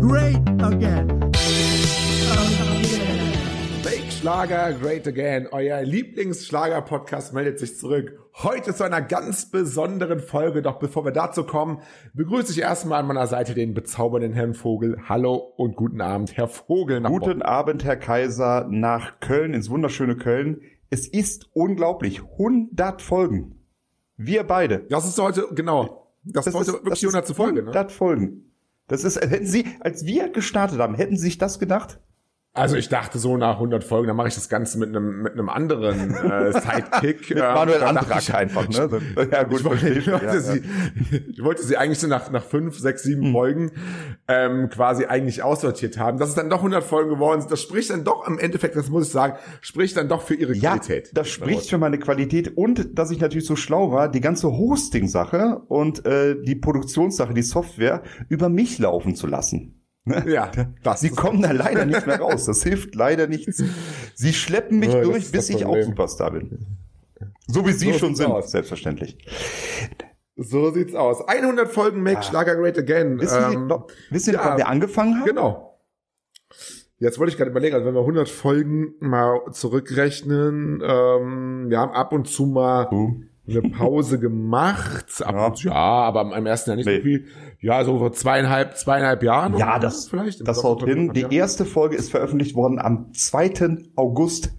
great again. Make Schlager great again. Euer Lieblingsschlager-Podcast meldet sich zurück. Heute zu einer ganz besonderen Folge. Doch bevor wir dazu kommen, begrüße ich erstmal an meiner Seite den bezaubernden Herrn Vogel. Hallo und guten Abend, Herr Vogel. Guten Abend, Herr Kaiser, nach Köln, ins wunderschöne Köln. Es ist unglaublich. 100 Folgen. Wir beide. Das ist heute, genau. Das ist heute wirklich die 100. Folge, ne? 100 Folgen. Das ist, hätten Sie, als wir gestartet haben, hätten Sie sich das gedacht? Also ich dachte so nach 100 Folgen, dann mache ich das Ganze mit einem anderen Sidekick. Mit Manuel Andrak einfach, ne? Ja, gut, ich wollte sie eigentlich so nach 5, 6, 7 Folgen quasi eigentlich aussortiert haben. Dass es dann doch 100 Folgen geworden sind, das spricht dann doch im Endeffekt, das muss ich sagen, spricht dann doch für Ihre Qualität. Ja, das spricht für meine Qualität und dass ich natürlich so schlau war, die ganze Hosting-Sache und die Produktionssache, die Software über mich laufen zu lassen. Ja, Sie kommen da leider nicht mehr raus. Das hilft leider nichts. Sie schleppen mich durch, bis ich auch Superstar bin. So wie Sie schon sind, selbstverständlich. So sieht's aus. 100 Folgen Make Schlager Great Again. Wissen Sie noch, wann wir angefangen haben? Genau. Jetzt wollte ich gerade überlegen, also wenn wir 100 Folgen mal zurückrechnen, wir haben ab und zu mal eine Pause gemacht. Aber im ersten Jahr nicht so viel. Ja, so vor zweieinhalb Jahren. Ja, das haut hin. Die erste Folge ist veröffentlicht worden am 2. August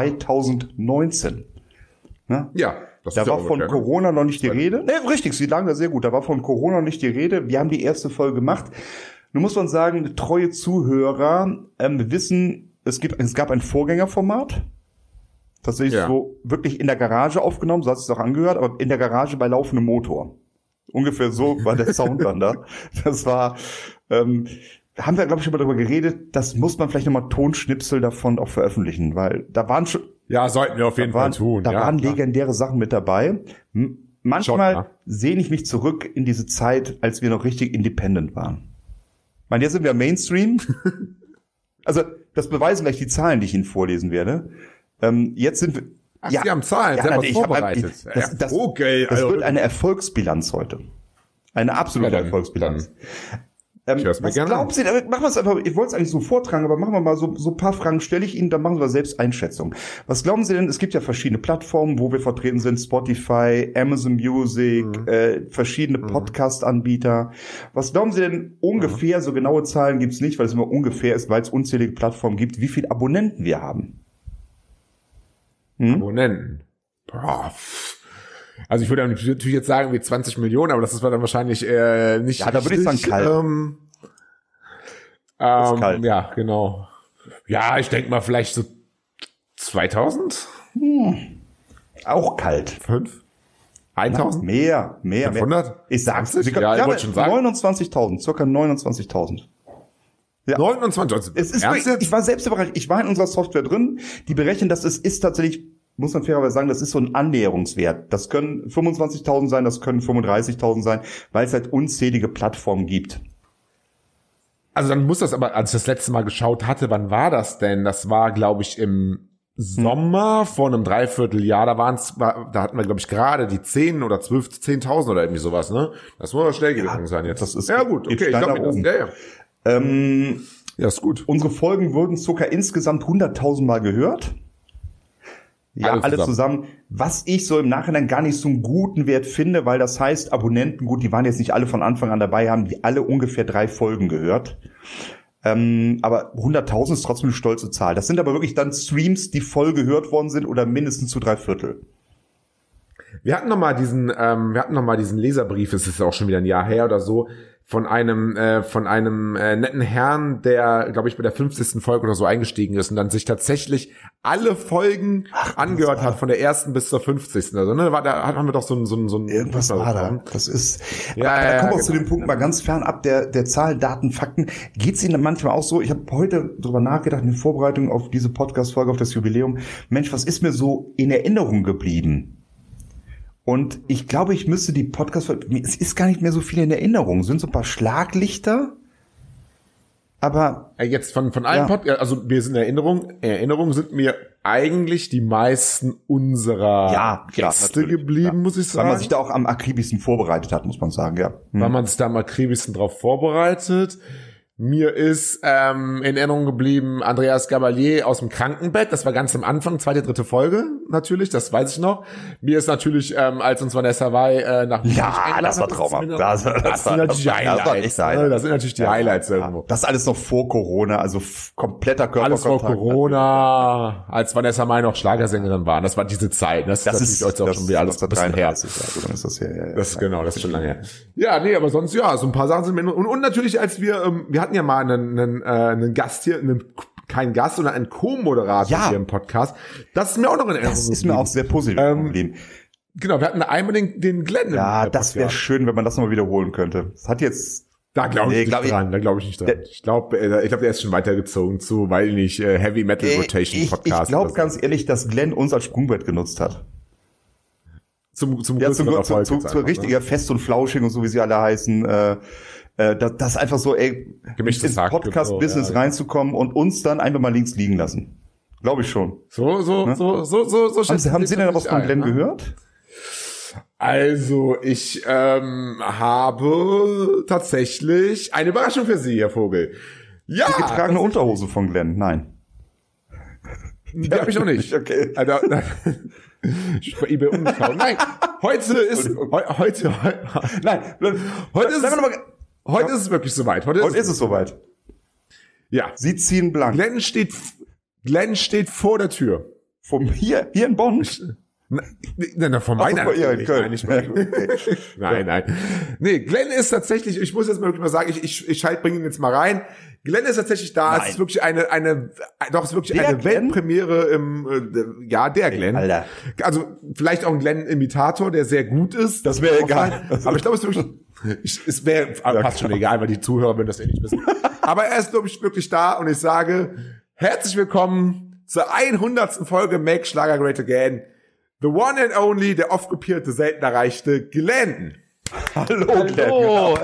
2019. Ne? Ja. Da war von Corona noch nicht die Rede. Ne, richtig, Sie lagen da sehr gut. Da war von Corona noch nicht die Rede. Wir haben die erste Folge gemacht. Nun muss man sagen, treue Zuhörer wissen, es gab ein Vorgängerformat. Tatsächlich so wirklich in der Garage aufgenommen, so hat es sich auch angehört, aber in der Garage bei laufendem Motor. Ungefähr so war der Sound dann da. Das war, haben wir, glaube ich, schon mal darüber geredet, das muss man vielleicht nochmal Tonschnipsel davon auch veröffentlichen, weil da waren schon... Ja, sollten wir auf jeden Fall tun. Da waren legendäre Sachen mit dabei. Manchmal sehne ich mich zurück in diese Zeit, als wir noch richtig independent waren. Ich meine, jetzt sind wir Mainstream. Also, das beweisen gleich die Zahlen, die ich Ihnen vorlesen werde. Jetzt sind wir... Ach, Sie haben Zahlen, Sie haben was vorbereitet. Das wird eine Erfolgsbilanz heute. Eine absolute Erfolgsbilanz. Was glauben Sie, machen wir es einfach, ich wollte es eigentlich so vortragen, aber machen wir mal so ein paar Fragen, stelle ich Ihnen, dann machen wir selbst Einschätzung. Was glauben Sie denn, es gibt ja verschiedene Plattformen, wo wir vertreten sind, Spotify, Amazon Music, verschiedene Podcast-Anbieter. Was glauben Sie denn ungefähr, so genaue Zahlen gibt's nicht, weil es immer ungefähr ist, weil es unzählige Plattformen gibt, wie viele Abonnenten wir haben? Abonnenten. Boah. Also ich würde natürlich jetzt sagen wie 20 Millionen, aber das ist dann wahrscheinlich nicht. Ja, da würde ich sagen kalt. Kalt. Ja, genau. Ja, ich denke mal vielleicht so 2000? Auch kalt. 5? 1000? Mehr. 500? Ich sag's. Ich wollte schon sagen. 29.000, circa 29.000. Ja. 29. Also es ist wirklich, ich war selbst überrascht. Ich war in unserer Software drin. Die berechnen, dass es ist tatsächlich, muss man fairerweise sagen, das ist so ein Annäherungswert. Das können 25.000 sein, das können 35.000 sein, weil es halt unzählige Plattformen gibt. Also dann muss das aber, als ich das letzte Mal geschaut hatte, wann war das denn? Das war, glaube ich, im Sommer vor einem Dreivierteljahr. Da hatten wir, glaube ich, gerade die 10 oder 12, 10.000 oder irgendwie sowas, ne? Das muss aber schnell gegangen sein jetzt. Das ist ja gut, okay, ich glaube oben. Ja, ist gut. Unsere Folgen wurden circa insgesamt 100.000 Mal gehört. Ja, alle zusammen. Was ich so im Nachhinein gar nicht so einen guten Wert finde, weil das heißt, Abonnenten, gut, die waren jetzt nicht alle von Anfang an dabei, haben die alle ungefähr 3 Folgen gehört. Aber 100.000 ist trotzdem eine stolze Zahl. Das sind aber wirklich dann Streams, die voll gehört worden sind oder mindestens zu 3/4. Wir hatten noch mal diesen Leserbrief, es ist auch schon wieder ein Jahr her oder so, von einem netten Herrn, der, glaube ich, bei der 50. Folge oder so eingestiegen ist und dann sich tatsächlich alle Folgen angehört hat, von der ersten bis zur 50. Also, ne, da haben wir doch so ein irgendwas war da. Das ist, da kommen wir zu dem Punkt mal ganz fern ab der Zahlen, Daten, Fakten. Geht's Ihnen manchmal auch so? Ich habe heute drüber nachgedacht in Vorbereitung auf diese Podcast-Folge, auf das Jubiläum. Mensch, was ist mir so in Erinnerung geblieben? Und ich glaube, ich müsste die Podcast-Folge, es ist gar nicht mehr so viel in Erinnerung, es sind so ein paar Schlaglichter, aber... Jetzt von allen Podcasts, also wir sind in Erinnerung sind mir eigentlich die meisten unserer Gäste geblieben, muss ich sagen. Weil man sich da auch am akribischsten vorbereitet hat, muss man sagen, ja. Weil man sich da am akribischsten drauf vorbereitet. Mir ist in Erinnerung geblieben Andreas Gabalier aus dem Krankenbett. Das war ganz am Anfang, 2., 3. Folge natürlich, das weiß ich noch. Mir ist natürlich, als uns Vanessa Wey nach München das war traumhaft. Das sind natürlich die Highlights. Das sind natürlich die Highlights irgendwo. Das alles noch vor Corona, also kompletter Körperkontakt. Alles vor Corona, als Vanessa Wey noch Schlagersängerin war. Das war diese Zeit. Das ist heute auch schon wieder alles ein bisschen her. Das ist schon lange her. Ja, nee, aber sonst, ja, so ein paar Sachen sind mir, und natürlich, als wir hatten ja mal einen Gast hier, kein Gast, sondern einen Co-Moderator hier im Podcast. Das ist mir auch noch in Erinnerung. Das ist mir auch sehr positiv geblieben. Genau, wir hatten einmal den Glenn. Ja, das wäre schön, wenn man das nochmal wiederholen könnte. Das hat jetzt... Da glaube ich nicht dran. Ich glaube, der ist schon weitergezogen zu, weil nicht Heavy Metal Rotation Podcast. Ich glaube ganz ehrlich, dass Glenn uns als Sprungbrett genutzt hat. Zum richtiger Fest und Flauschig und so, wie sie alle heißen, das einfach so, ins Podcast-Business reinzukommen und uns dann einfach mal links liegen lassen. Glaube ich schon. So. Haben Sie denn was von Glenn gehört? Also, ich habe tatsächlich eine Überraschung für Sie, Herr Vogel. Ja. Die getragene Unterhose von Glenn, nein. Die habe ich noch nicht. Okay. Also, ich bei eBay umgeschaut. Nein, heute ist es wirklich soweit. Heute ist es soweit. Ja. Sie ziehen blank. Glenn steht vor der Tür. Hier in Bonn? Nein, von meiner in Köln. Nein. Nee, Glenn ist tatsächlich, ich muss jetzt mal wirklich mal sagen, ich bringe ihn jetzt mal rein. Glenn ist tatsächlich da. Nein. Es ist wirklich eine Weltpremiere der Glenn. Alter. Also, vielleicht auch ein Glenn-Imitator, der sehr gut ist. Das wäre egal. Aber ich glaube, es ist wirklich, es wäre fast schon egal, weil die Zuhörer würden das nicht wissen. Aber er ist, glaube ich, wirklich da und ich sage, herzlich willkommen zur 100. Folge Make Schlager Great Again. The one and only, der oft kopierte, selten erreichte Glenn. Hallo. Glenn.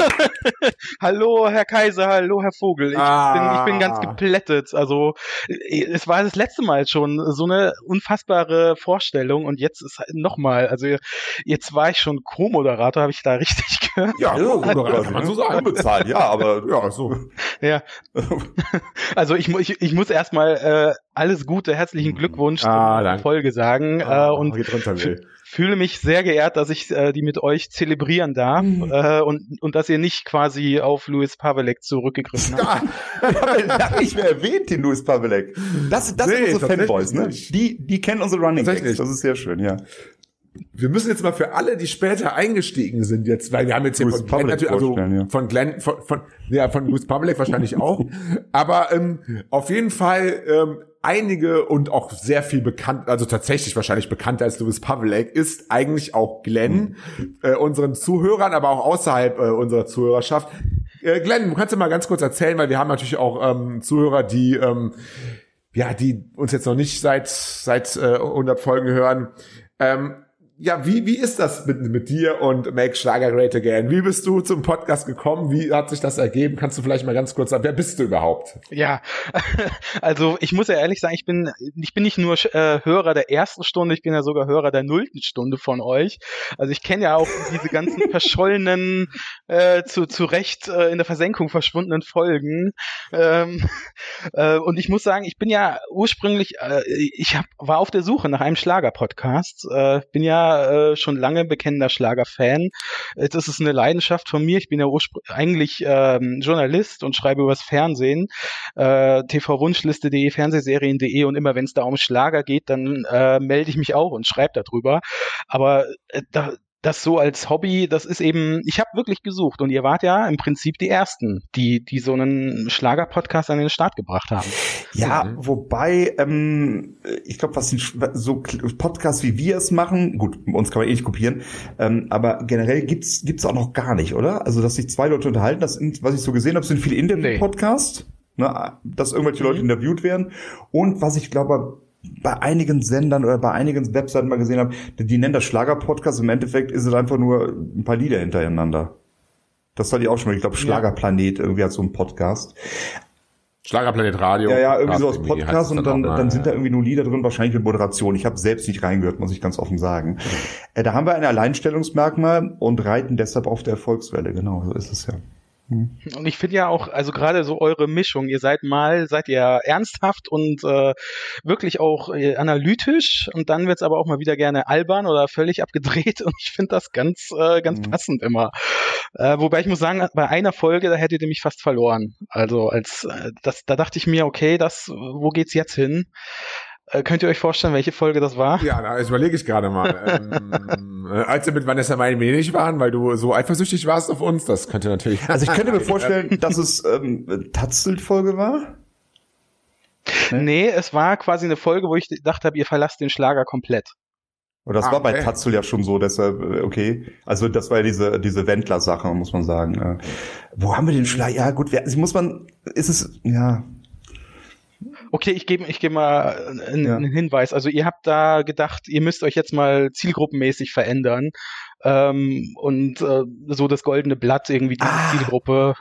Hallo, Herr Kaiser, hallo, Herr Vogel. Ich bin ganz geplättet. Also, es war das letzte Mal schon so eine unfassbare Vorstellung und jetzt ist halt nochmal, also jetzt war ich schon Co-Moderator, habe ich da richtig gehört? Ja, Co-Moderator kann man so sagen. Bezahlt, ja, aber ja, so. Ja. Also, ich muss erstmal alles Gute, herzlichen Glückwunsch zur Folge sagen und fühle mich sehr geehrt, dass ich die mit euch zelebrieren darf und dass ihr nicht quasi auf Louis Pavelek zurückgegriffen habt. Ja, nicht mehr erwähnt, den Louis Pavelek. Das sind unsere Fanboys, ne? Die kennen unsere Running Gags. Das ist sehr schön, ja. Wir müssen jetzt mal für alle, die später eingestiegen sind jetzt, weil wir haben jetzt hier von Glenn natürlich, also von Glenn, von Louis Pavelek wahrscheinlich auch, aber auf jeden Fall einige und auch sehr viel bekannt, also tatsächlich wahrscheinlich bekannter als Louis Pavelek, ist eigentlich auch Glenn, unseren Zuhörern, aber auch außerhalb unserer Zuhörerschaft. Glenn, du kannst ja mal ganz kurz erzählen, weil wir haben natürlich auch Zuhörer, die uns jetzt noch nicht seit 100 Folgen hören. Wie ist das mit dir und Make Schlager Great Again? Wie bist du zum Podcast gekommen? Wie hat sich das ergeben? Kannst du vielleicht mal ganz kurz sagen, wer bist du überhaupt? Ja, also ich muss ja ehrlich sagen, ich bin nicht nur Hörer der ersten Stunde, ich bin ja sogar Hörer der 0. Stunde von euch. Also ich kenne ja auch diese ganzen verschollenen, zu Recht in der Versenkung verschwundenen Folgen. Und ich muss sagen, ich bin ja ursprünglich, war auf der Suche nach einem Schlager-Podcast, bin ja schon lange bekennender Schlager-Fan. Das ist eine Leidenschaft von mir. Ich bin ja eigentlich Journalist und schreibe übers Fernsehen, tvwunschliste.de, Fernsehserien.de und immer wenn es da um Schlager geht, dann melde ich mich auch und schreibe darüber. Aber das so als Hobby, das ist eben, ich habe wirklich gesucht und ihr wart ja im Prinzip die Ersten, die so einen Schlager-Podcast an den Start gebracht haben. Ja, wobei, ich glaube, was so Podcasts wie wir es machen, gut, uns kann man eh nicht kopieren, aber generell gibt's auch noch gar nicht, oder? Also, dass sich zwei Leute unterhalten, was ich so gesehen habe, sind viele Interview-Podcasts, ne, dass irgendwelche Leute interviewt werden und was ich glaube, bei einigen Sendern oder bei einigen Webseiten mal gesehen habe, die nennen das Schlager-Podcast. Im Endeffekt ist es einfach nur ein paar Lieder hintereinander. Das hatte ich auch schon mal. Ich glaube, Schlagerplanet irgendwie hat so einen Podcast. Schlagerplanet Radio. Ja, irgendwie so als Podcast und dann sind da irgendwie nur Lieder drin, wahrscheinlich mit Moderation. Ich habe selbst nicht reingehört, muss ich ganz offen sagen. Da haben wir ein Alleinstellungsmerkmal und reiten deshalb auf der Erfolgswelle. Genau, so ist es ja. Und ich finde ja auch, also gerade so eure Mischung, ihr seid ihr ernsthaft und wirklich auch analytisch und dann wird's aber auch mal wieder gerne albern oder völlig abgedreht und ich finde das ganz passend immer. Wobei ich muss sagen, bei einer Folge, da hättet ihr mich fast verloren. Also da dachte ich mir, okay, wo geht's jetzt hin? Könnt ihr euch vorstellen, welche Folge das war? Ja, das überlege ich gerade mal. Als wir mit Vanessa Mai Venedig waren, weil du so eifersüchtig warst auf uns, das könnte natürlich... Also ich könnte mir vorstellen, dass es Tatzelt-Folge war. Nee, es war quasi eine Folge, wo ich gedacht habe, ihr verlasst den Schlager komplett. Und das war bei Tatzel ja schon so, deshalb, okay. Also das war ja diese Wendler-Sache, muss man sagen. Wo haben wir den Schlager? Ja gut, Okay, ich gebe mal einen Hinweis. Also ihr habt da gedacht, ihr müsst euch jetzt mal zielgruppenmäßig verändern und so das goldene Blatt irgendwie die Zielgruppe.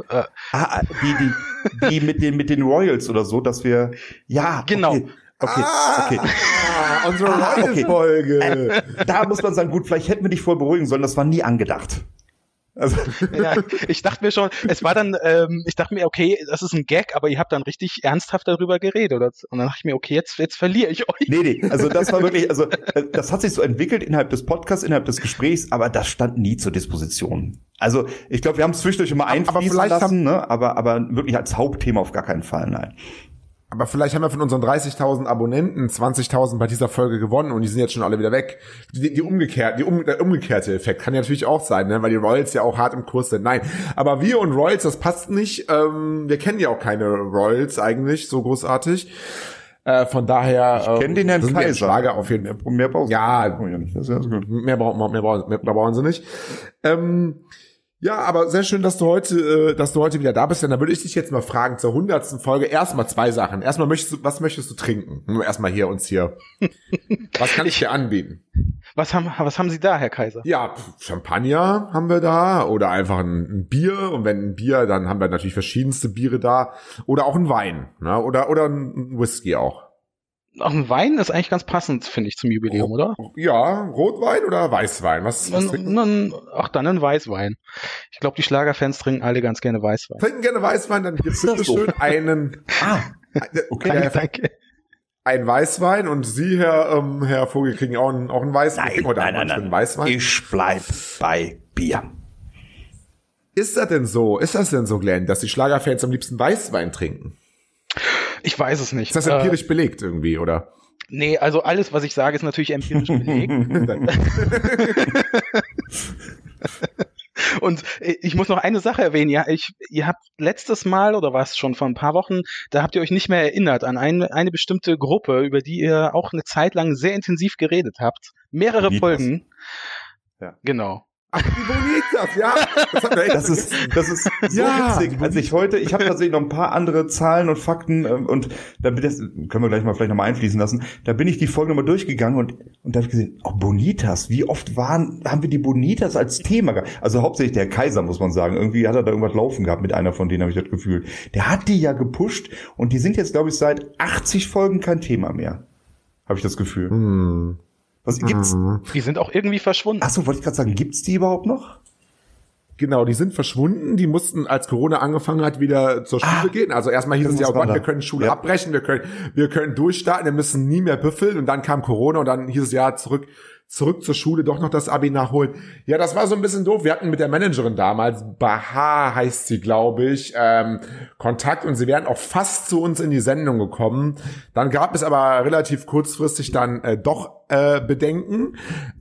Die mit den Royals oder so, dass wir genau. Okay. Unsere Royals-Folge. Da muss man sagen, gut, vielleicht hätten wir dich voll beruhigen sollen, das war nie angedacht. Also. Ja, ich dachte mir schon, es war dann, ich dachte mir, okay, das ist ein Gag, aber ihr habt dann richtig ernsthaft darüber geredet. Und dann dachte ich mir, okay, jetzt verliere ich euch. Nee, also das war wirklich, also das hat sich so entwickelt innerhalb des Podcasts, innerhalb des Gesprächs, aber das stand nie zur Disposition. Also ich glaube, wir haben es zwischendurch immer einfließen lassen, ne? aber wirklich als Hauptthema auf gar keinen Fall, nein. Aber vielleicht haben wir von unseren 30.000 Abonnenten 20.000 bei dieser Folge gewonnen und die sind jetzt schon alle wieder weg. Der umgekehrte Effekt kann ja natürlich auch sein, ne? Weil die Royals ja auch hart im Kurs sind. Nein, aber wir und Royals, das passt nicht. Wir kennen ja auch keine Royals eigentlich so großartig. Von daher ich kenne den Herrn Kaiser. Schlager auf jeden Fall. Mehr brauchen sie nicht. Mehr brauchen sie nicht. Ja, aber sehr schön, dass du heute wieder da bist. Denn da würde ich dich jetzt mal fragen zur 100. Folge. Erstmal 2 Sachen. Erstmal was möchtest du trinken? Nur erstmal uns hier. Was kann ich dir anbieten? Was haben Sie da, Herr Kaiser? Ja, Champagner haben wir da oder einfach ein Bier. Und wenn ein Bier, dann haben wir natürlich verschiedenste Biere da. Oder auch ein Wein, ne? Oder ein Whisky auch. Auch ein Wein ist eigentlich ganz passend, finde ich, zum Jubiläum, oder? Ja, Rotwein oder Weißwein? Was dann ein Weißwein. Ich glaube, die Schlagerfans trinken alle ganz gerne Weißwein. Trinken gerne Weißwein, dann gibt's bitte schön einen. Okay, danke. Ein Weißwein und Sie, Herr Vogel, kriegen auch einen Weißwein. Nein. Weißwein. Ich bleib bei Bier. Ist das denn so, Glenn, dass die Schlagerfans am liebsten Weißwein trinken? Ich weiß es nicht. Ist das empirisch belegt irgendwie, oder? Nee, also alles, was ich sage, ist natürlich empirisch belegt. Und ich muss noch eine Sache erwähnen. Ja, ihr habt letztes Mal, oder war es schon vor ein paar Wochen, da habt ihr euch nicht mehr erinnert an eine bestimmte Gruppe, über die ihr auch eine Zeit lang sehr intensiv geredet habt. Mehrere Folgen. Ja. genau. Ach, die Bonitas, ja. Das ist so witzig. Also ich habe tatsächlich noch ein paar andere Zahlen und Fakten und können wir gleich mal vielleicht nochmal einfließen lassen. Da bin ich die Folge nochmal durchgegangen und da habe ich gesehen, Bonitas, wie oft haben wir die Bonitas als Thema gehabt? Also hauptsächlich der Kaiser, muss man sagen. Irgendwie hat er da irgendwas laufen gehabt mit einer von denen, habe ich das Gefühl. Der hat die ja gepusht und die sind jetzt, glaube ich, seit 80 Folgen kein Thema mehr. Habe ich das Gefühl. Was gibt's? Die sind auch irgendwie verschwunden. Achso, wollte ich gerade sagen, gibt's die überhaupt noch? Genau, die sind verschwunden. Die mussten, als Corona angefangen hat, wieder zur Schule gehen. Also erstmal hieß es ja, oh Gott, wir können Schule abbrechen, wir können durchstarten, wir müssen nie mehr büffeln. Und dann kam Corona und dann hieß es ja, zurück zur Schule, doch noch das Abi nachholen. Ja, das war so ein bisschen doof. Wir hatten mit der Managerin damals, Baha heißt sie, glaube ich, Kontakt und sie wären auch fast zu uns in die Sendung gekommen. Dann gab es aber relativ kurzfristig dann doch Bedenken,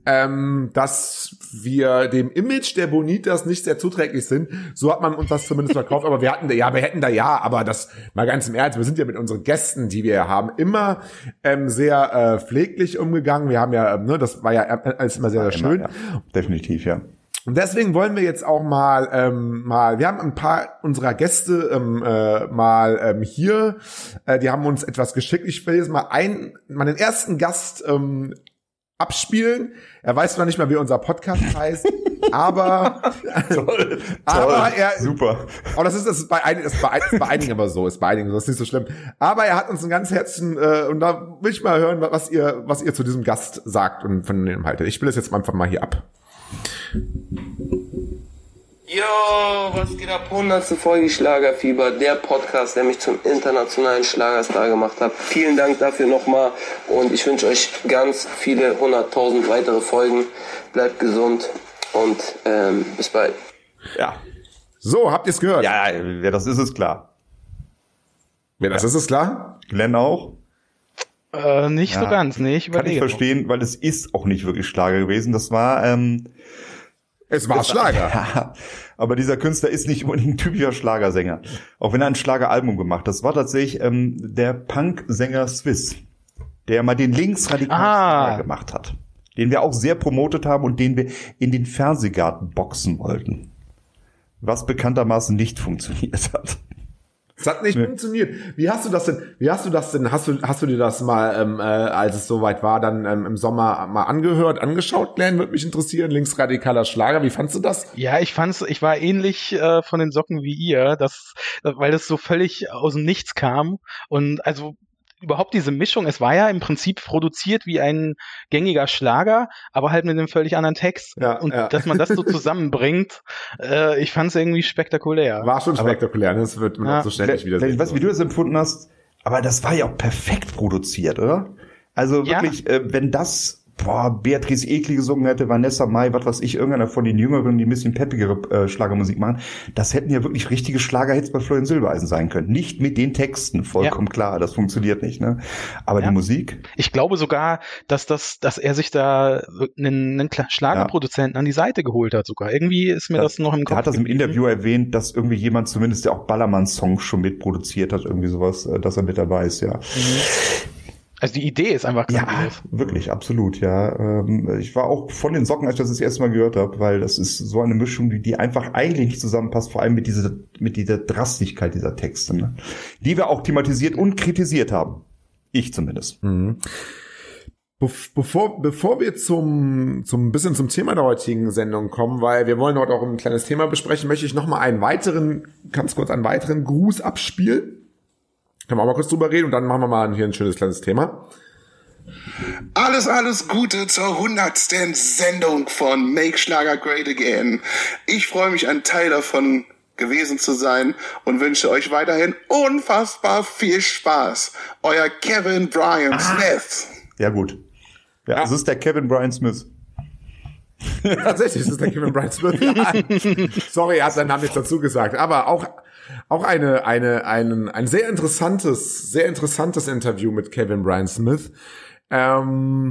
dass wir dem Image der Bonitas nicht sehr zuträglich sind. So hat man uns das zumindest verkauft, aber wir hätten da aber das mal ganz im Ernst, wir sind ja mit unseren Gästen, die wir haben, immer sehr pfleglich umgegangen. Wir haben ja, das war ja alles immer sehr, sehr schön. Ja. Definitiv, ja. Und deswegen wollen wir jetzt auch mal, wir haben ein paar unserer Gäste hier, die haben uns etwas geschickt. Ich will jetzt mal den ersten Gast abspielen. Er weiß zwar nicht mal, wie unser Podcast heißt, aber toll, super. Aber das ist bei einigen aber so, das ist nicht so schlimm. Aber er hat uns ein ganz Herzen und da will ich mal hören, was ihr zu diesem Gast sagt und von dem haltet. Ich spiele es jetzt einfach mal hier ab. Yo, was geht ab? 100. Folge Schlagerfieber, der Podcast, der mich zum internationalen Schlagerstar gemacht hat. Vielen Dank dafür nochmal und ich wünsche euch ganz viele 100.000 weitere Folgen. Bleibt gesund und bis bald. Ja. So, habt ihr es gehört? Ja, wer das ist klar. Wer das ist klar? Glenn auch? Nicht so ganz, nee, ich Kann überlege. ich verstehen, weil es ist auch nicht wirklich Schlager gewesen. Das war, Es war Schlager. ja, aber dieser Künstler ist nicht unbedingt ein typischer Schlagersänger. Auch wenn er ein Schlageralbum gemacht hat. Das war tatsächlich der Punk-Sänger Swiss, der mal den linksradikalen Schlager gemacht hat. Den wir auch sehr promotet haben und den wir in den Fernsehgarten boxen wollten. Was bekanntermaßen nicht funktioniert hat. Es hat nicht funktioniert. Wie hast du das denn, hast du dir das mal, als es soweit war, dann im Sommer mal angeschaut, Glenn? Würde mich interessieren. Linksradikaler Schlager, wie fandst du das? Ja, ich war ähnlich von den Socken wie ihr, weil das so völlig aus dem Nichts kam und also überhaupt diese Mischung, es war ja im Prinzip produziert wie ein gängiger Schlager, aber halt mit einem völlig anderen Text. Ja, und ja. dass man das so zusammenbringt, ich fand es irgendwie spektakulär. War schon spektakulär, ne? Das wird man auch so schnell nicht wieder sehen. Ich weiß, wie du das empfunden hast, aber das war ja auch perfekt produziert, oder? Also wirklich, wenn das Beatrice Egli gesungen hätte, Vanessa Mai, was weiß ich, irgendeiner von den Jüngeren, die ein bisschen peppigere Schlagermusik machen, das hätten ja wirklich richtige Schlagerhits bei Florian Silbereisen sein können. Nicht mit den Texten, vollkommen klar, das funktioniert nicht, ne? Aber die Musik? Ich glaube sogar, dass er sich da einen Schlagerproduzenten an die Seite geholt hat sogar. Irgendwie ist mir das noch im Kopf. Er hat das im Interview erwähnt, dass irgendwie jemand zumindest, der auch Ballermann-Songs schon mitproduziert hat, irgendwie sowas, dass er mit dabei ist, ja. Also die Idee ist einfach ja, grandios. wirklich, absolut, ja. Ich war auch von den Socken, als ich das erste Mal gehört habe, weil das ist so eine Mischung, die einfach eigentlich nicht zusammenpasst, vor allem mit dieser Drastigkeit dieser Texte, ne? Die wir auch thematisiert und kritisiert haben. Ich zumindest. Mhm. Bevor wir zum bisschen zum Thema der heutigen Sendung kommen, weil wir wollen heute auch ein kleines Thema besprechen, möchte ich noch mal einen weiteren Gruß abspielen. Können wir auch mal kurz drüber reden und dann machen wir mal hier ein schönes kleines Thema. Alles Gute zur 100. Sendung von Make Schlager Great Again. Ich freue mich, ein Teil davon gewesen zu sein und wünsche euch weiterhin unfassbar viel Spaß. Euer Kevin Brian Smith. Ja, gut. Ja, es ist der Kevin Brian Smith. Tatsächlich, es ist der Kevin Brian Smith. Ja. Sorry, er hat seinen Namen jetzt dazu gesagt, aber auch ein sehr interessantes Interview mit Kevin Brian Smith. Ja,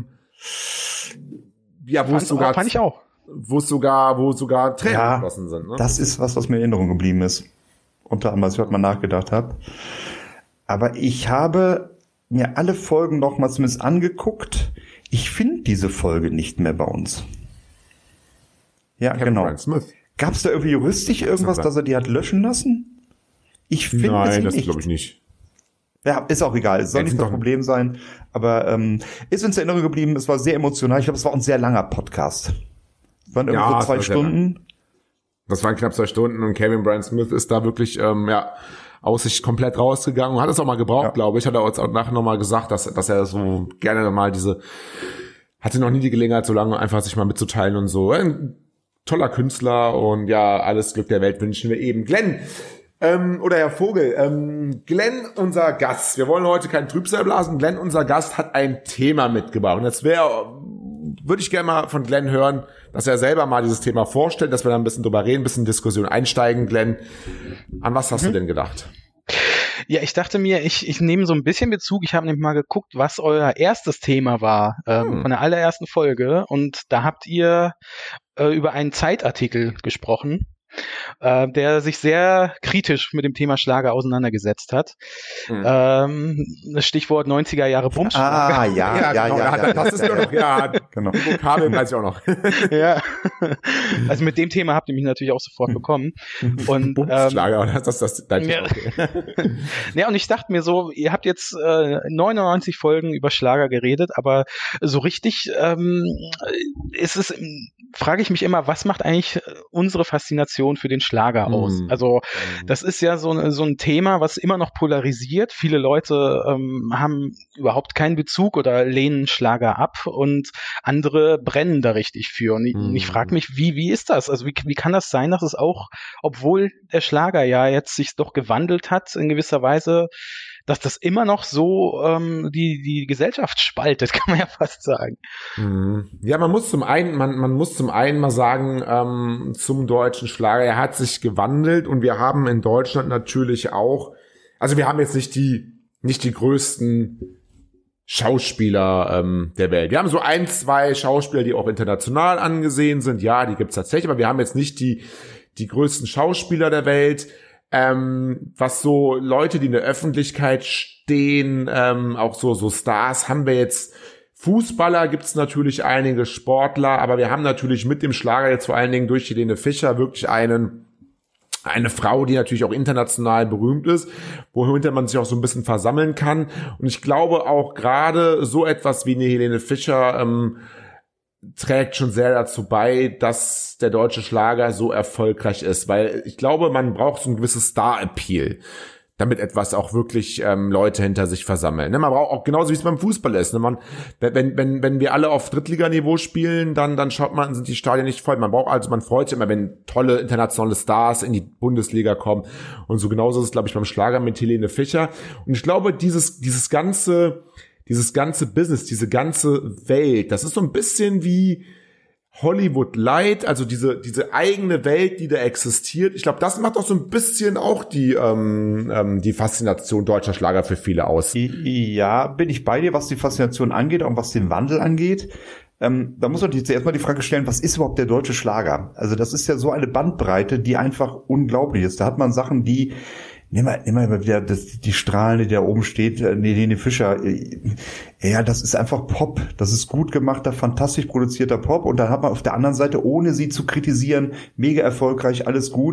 fand ich auch. Wo sogar Tränen geflossen sind. Ne? Das ist was mir in Erinnerung geblieben ist. Unter anderem, als ich heute mal nachgedacht habe. Aber ich habe mir alle Folgen noch mal zumindest angeguckt. Ich finde diese Folge nicht mehr bei uns. Ja, Kevin genau. Brian Smith. Gab es da irgendwie juristisch irgendwas, dass er die hat löschen lassen? Ich finde es nicht. Nein, das glaube ich nicht. Ja, ist auch egal. Es soll nicht das Problem sein. Aber ist uns in Erinnerung geblieben. Es war sehr emotional. Ich glaube, es war auch ein sehr langer Podcast. Es waren irgendwie so 2 Stunden. Das waren knapp 2 Stunden und Kevin Brian Smith ist da wirklich aus sich komplett rausgegangen und hat es auch mal gebraucht, glaube ich. Hat er uns auch nachher nochmal gesagt, dass er so gerne mal hatte noch nie die Gelegenheit, so lange einfach sich mal mitzuteilen und so. Ein toller Künstler und ja, alles Glück der Welt wünschen wir eben. Glenn, oder Herr Vogel, Glenn, unser Gast, wir wollen heute keinen Trübsal blasen, Glenn, unser Gast, hat ein Thema mitgebracht. Und jetzt würde ich gerne mal von Glenn hören, dass er selber mal dieses Thema vorstellt, dass wir da ein bisschen drüber reden, ein bisschen in Diskussion einsteigen. Glenn, an was hast du denn gedacht? Ja, ich dachte mir, ich nehme so ein bisschen Bezug. Ich habe nämlich mal geguckt, was euer erstes Thema war von der allerersten Folge. Und da habt ihr über einen Zeitartikel gesprochen, der sich sehr kritisch mit dem Thema Schlager auseinandergesetzt hat. Das Stichwort 90er Jahre Bumsschlager. Ja. Das ist ja noch, genau. Die Vokabeln weiß ich auch noch. Ja. Also mit dem Thema habt ihr mich natürlich auch sofort bekommen. Und Bumsschlager, das ist dein Thema. Okay. Ja, und ich dachte mir so, ihr habt jetzt 99 Folgen über Schlager geredet, aber so richtig frage ich mich immer, was macht eigentlich unsere Faszination für den den Schlager aus? Also das ist ja so ein Thema, was immer noch polarisiert. Viele Leute haben überhaupt keinen Bezug oder lehnen Schlager ab und andere brennen da richtig für. Und ich frage mich, wie ist das? Also wie kann das sein, dass es auch, obwohl der Schlager ja jetzt sich doch gewandelt hat in gewisser Weise, dass das immer noch so die Gesellschaft spaltet, kann man ja fast sagen. Ja, man muss zum einen mal sagen, zum deutschen Schlager, er hat sich gewandelt und wir haben in Deutschland natürlich auch, also wir haben jetzt nicht die größten Schauspieler der Welt. Wir haben so 1, 2 Schauspieler, die auch international angesehen sind. Ja, die gibt's tatsächlich, aber wir haben jetzt nicht die größten Schauspieler der Welt. Was so Leute, die in der Öffentlichkeit stehen, auch so Stars, haben wir jetzt. Fußballer gibt's natürlich einige, Sportler, aber wir haben natürlich mit dem Schlager jetzt vor allen Dingen durch Helene Fischer wirklich eine Frau, die natürlich auch international berühmt ist, wohinter man sich auch so ein bisschen versammeln kann. Und ich glaube auch gerade so etwas wie eine Helene Fischer trägt schon sehr dazu bei, dass der deutsche Schlager so erfolgreich ist, weil ich glaube, man braucht so ein gewisses Star-Appeal, damit etwas auch wirklich Leute hinter sich versammeln. Ne? Man braucht auch, genauso wie es beim Fußball ist. Ne? Wenn wir alle auf Drittliganiveau spielen, dann sind die Stadien nicht voll. Man freut sich immer, wenn tolle internationale Stars in die Bundesliga kommen. Und so genauso ist es, glaube ich, beim Schlager mit Helene Fischer. Und ich glaube, dieses ganze Business, diese ganze Welt, das ist so ein bisschen wie Hollywood Light, also diese eigene Welt, die da existiert. Ich glaube, das macht auch so ein bisschen auch die Faszination deutscher Schlager für viele aus. Ja, bin ich bei dir, was die Faszination angeht und was den Wandel angeht. Da muss man sich zuerst mal die Frage stellen, was ist überhaupt der deutsche Schlager? Also das ist ja so eine Bandbreite, die einfach unglaublich ist. Da hat man Sachen, die Nimm mal wieder die Strahlen, die da oben steht, Helene Fischer. Ja, das ist einfach Pop. Das ist gut gemachter, fantastisch produzierter Pop. Und dann hat man auf der anderen Seite, ohne sie zu kritisieren, mega erfolgreich, alles gut.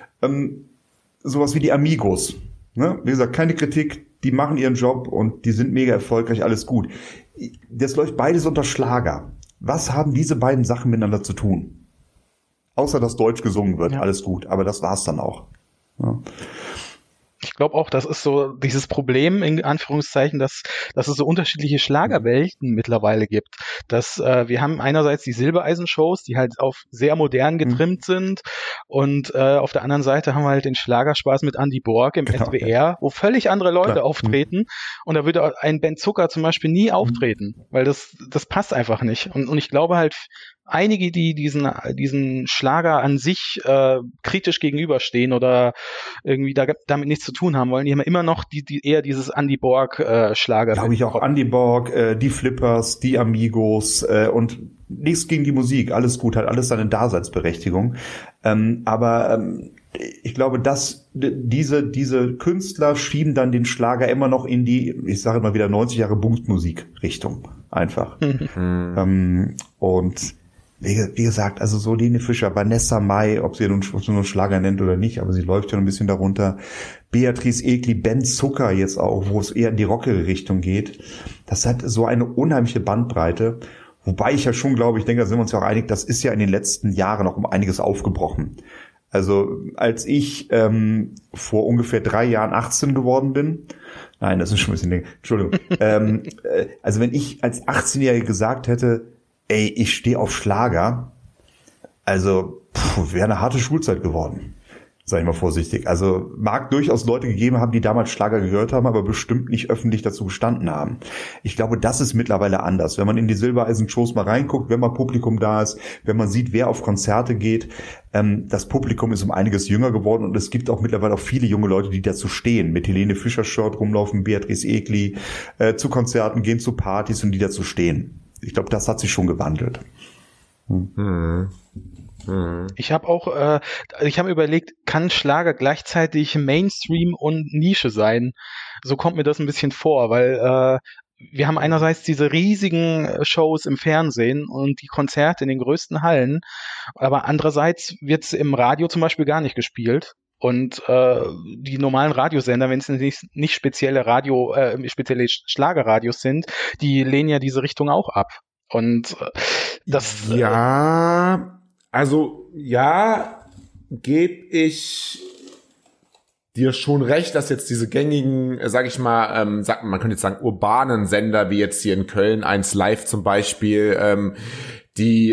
Sowas wie die Amigos. Ne? Wie gesagt, keine Kritik. Die machen ihren Job und die sind mega erfolgreich, alles gut. Das läuft beides unter Schlager. Was haben diese beiden Sachen miteinander zu tun? Außer, dass Deutsch gesungen wird, alles gut. Aber das war's dann auch. Ja. Ich glaube auch, das ist so dieses Problem, in Anführungszeichen, dass es so unterschiedliche Schlagerwelten mittlerweile gibt. Dass wir haben einerseits die Silbereisen-Shows, die halt auf sehr modern getrimmt sind, und auf der anderen Seite haben wir halt den Schlagerspaß mit Andy Borg im SWR, wo völlig andere Leute auftreten, und da würde ein Ben Zucker zum Beispiel nie auftreten, weil das passt einfach nicht. Und ich glaube halt, einige, die diesen Schlager an sich kritisch gegenüberstehen oder irgendwie damit nichts zu tun haben wollen, die haben immer noch eher dieses Andy Borg Schlager. Glaube ich auch, Andy Borg, die Flippers, die Amigos und nichts gegen die Musik, alles gut, hat alles seine Daseinsberechtigung. Aber ich glaube, dass diese Künstler schieben dann den Schlager immer noch in die, ich sage immer wieder, 90 Jahre Bumsmusik-Richtung einfach. Und wie gesagt, also so Helene Fischer, Vanessa Mai, ob sie nun Schlager nennt oder nicht, aber sie läuft ja noch ein bisschen darunter. Beatrice Egli, Ben Zucker jetzt auch, wo es eher in die rockere Richtung geht. Das hat so eine unheimliche Bandbreite. Wobei ich ja schon glaube, ich denke, da sind wir uns ja auch einig, das ist ja in den letzten Jahren noch um einiges aufgebrochen. Also als ich vor ungefähr 3 Jahren 18 geworden bin, nein, das ist schon ein bisschen, Entschuldigung, also wenn ich als 18-Jährige gesagt hätte, ey, ich stehe auf Schlager, also wäre eine harte Schulzeit geworden, sag ich mal vorsichtig. Also mag durchaus Leute gegeben haben, die damals Schlager gehört haben, aber bestimmt nicht öffentlich dazu gestanden haben. Ich glaube, das ist mittlerweile anders. Wenn man in die Silbereisen-Shows mal reinguckt, wenn mal Publikum da ist, wenn man sieht, wer auf Konzerte geht, das Publikum ist um einiges jünger geworden und es gibt auch mittlerweile auch viele junge Leute, die dazu stehen, mit Helene Fischer-Shirt rumlaufen, Beatrice Egli, zu Konzerten gehen, zu Partys und die dazu stehen. Ich glaube, das hat sich schon gewandelt. Ich habe auch, ich habe überlegt, kann Schlager gleichzeitig Mainstream und Nische sein? So kommt mir das ein bisschen vor, weil wir haben einerseits diese riesigen Shows im Fernsehen und die Konzerte in den größten Hallen, aber andererseits wird es im Radio zum Beispiel gar nicht gespielt. Und die normalen Radiosender, wenn es nicht spezielle spezielle Schlagerradios sind, die lehnen ja diese Richtung auch ab. Und das ja, also ja, gebe ich dir schon recht, dass jetzt diese gängigen, man könnte jetzt sagen, urbanen Sender, wie jetzt hier in Köln, 1 Live zum Beispiel, die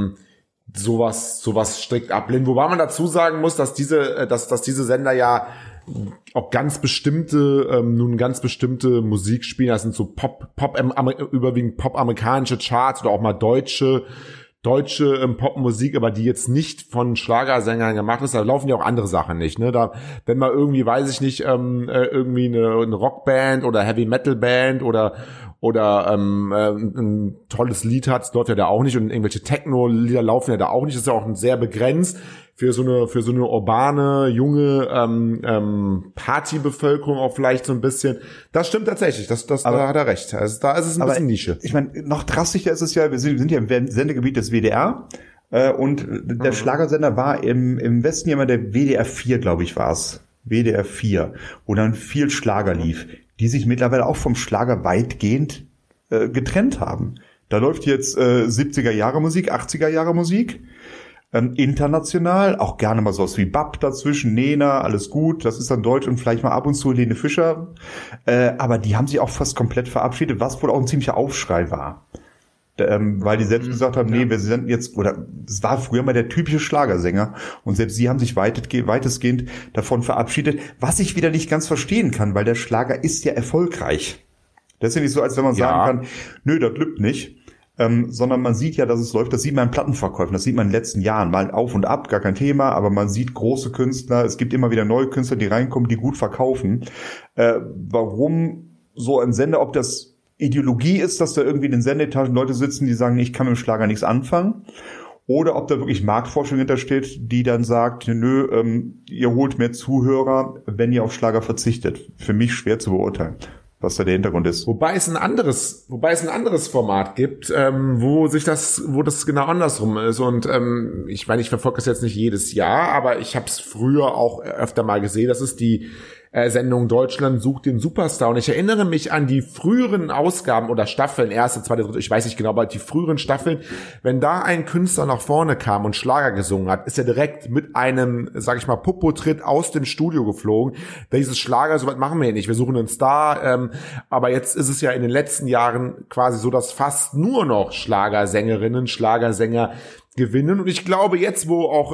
sowas strikt ablehnen. Wobei man dazu sagen muss, dass diese Sender ja auch ganz bestimmte Musik spielen. Das sind so überwiegend pop-amerikanische Charts oder auch mal deutsche Popmusik, aber die jetzt nicht von Schlagersängern gemacht ist. Da laufen ja auch andere Sachen nicht, ne? Da, wenn man irgendwie, weiß ich nicht, irgendwie eine Rockband oder Heavy-Metal-Band oder ein tolles Lied hat, das läuft ja da auch nicht, und irgendwelche Techno-Lieder laufen ja da auch nicht. Das ist ja auch sehr begrenzt für so eine urbane, junge Partybevölkerung auch vielleicht so ein bisschen. Das stimmt tatsächlich, da hat er recht. Also da ist es ein bisschen Nische. Ich meine, noch drastischer ist es ja, wir sind ja im Sendegebiet des WDR, und der Schlagersender war im Westen ja immer der WDR 4, glaube ich, war es. WDR 4, wo dann viel Schlager lief, die sich mittlerweile auch vom Schlager weitgehend getrennt haben. Da läuft jetzt 70er Jahre Musik, 80er Jahre Musik, international, auch gerne mal sowas wie Bab dazwischen, Nena, alles gut, das ist dann Deutsch und vielleicht mal ab und zu Helene Fischer, aber die haben sich auch fast komplett verabschiedet, was wohl auch ein ziemlicher Aufschrei war. Weil die selbst gesagt haben, nee, wir sind jetzt, oder es war früher mal der typische Schlagersänger, und selbst sie haben sich weitestgehend davon verabschiedet, was ich wieder nicht ganz verstehen kann, weil der Schlager ist ja erfolgreich. Das ist ja nicht so, als wenn man sagen kann, nö, das lübt nicht, sondern man sieht ja, dass es läuft. Das sieht man in Plattenverkäufen, das sieht man in den letzten Jahren, mal auf und ab, gar kein Thema, aber man sieht große Künstler, es gibt immer wieder neue Künstler, die reinkommen, die gut verkaufen. Warum so ein Sender, ob das Ideologie ist, dass da irgendwie in den Sendeetagen Leute sitzen, die sagen, ich kann mit dem Schlager nichts anfangen, oder ob da wirklich Marktforschung hintersteht, die dann sagt, nö, ihr holt mehr Zuhörer, wenn ihr auf Schlager verzichtet. Für mich schwer zu beurteilen, was da der Hintergrund ist. Wobei es ein anderes Format gibt, wo das genau andersrum ist. Und ich meine, ich verfolge das jetzt nicht jedes Jahr, aber ich habe es früher auch öfter mal gesehen. Das ist die Sendung Deutschland sucht den Superstar. Und ich erinnere mich an die früheren Ausgaben oder Staffeln, erste, zweite, dritte, ich weiß nicht genau, aber die früheren Staffeln, wenn da ein Künstler nach vorne kam und Schlager gesungen hat, ist er direkt mit einem, sag ich mal, Popo-Tritt aus dem Studio geflogen. Dieses Schlager, sowas machen wir hier nicht. Wir suchen einen Star. Aber jetzt ist es ja in den letzten Jahren quasi so, dass fast nur noch Schlagersängerinnen, Schlagersänger gewinnen. Und ich glaube jetzt, wo auch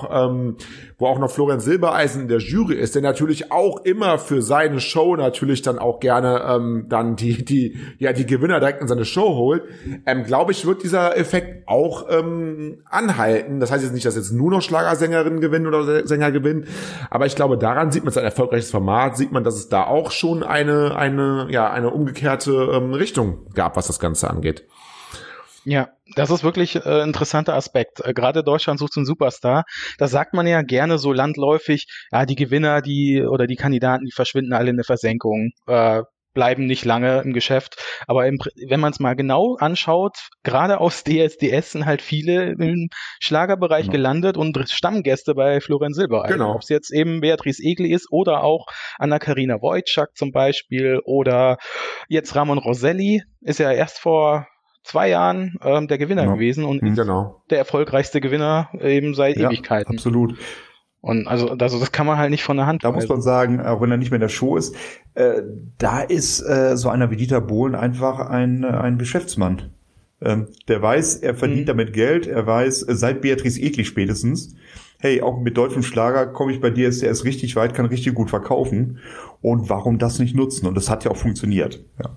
noch Florian Silbereisen in der Jury ist, der natürlich auch immer für seine Show natürlich dann auch gerne dann die Gewinner direkt in seine Show holt, glaube ich, wird dieser Effekt auch anhalten. Das heißt jetzt nicht, dass jetzt nur noch Schlagersängerinnen gewinnen oder Sänger gewinnen, aber ich glaube, daran sieht man es ein erfolgreiches Format, sieht man, dass es da auch schon eine umgekehrte Richtung gab, was das Ganze angeht. Ja, das ist wirklich interessanter Aspekt. Gerade Deutschland sucht einen Superstar. Das sagt man ja gerne so landläufig. Ja, die Gewinner, die Kandidaten, die verschwinden alle in der Versenkung, bleiben nicht lange im Geschäft. Aber wenn man es mal genau anschaut, gerade aus DSDS sind halt viele im Schlagerbereich gelandet und Stammgäste bei Florian Silbereisen. Genau. Ob es jetzt eben Beatrice Egli ist oder auch Anna-Karina Wojcik zum Beispiel oder jetzt Ramon Roselli, ist ja erst vor 2 Jahren der Gewinner gewesen und der erfolgreichste Gewinner eben seit Ewigkeiten. Absolut. Und also das kann man halt nicht von der Hand Da muss man sagen, auch wenn er nicht mehr in der Show ist, da ist so einer wie Dieter Bohlen einfach ein Geschäftsmann. Der weiß, er verdient damit Geld, er weiß, seit Beatrice Egli spätestens, hey, auch mit deutschem Schlager komme ich bei DSDS richtig weit, kann richtig gut verkaufen. Und warum das nicht nutzen? Und das hat ja auch funktioniert. Ja.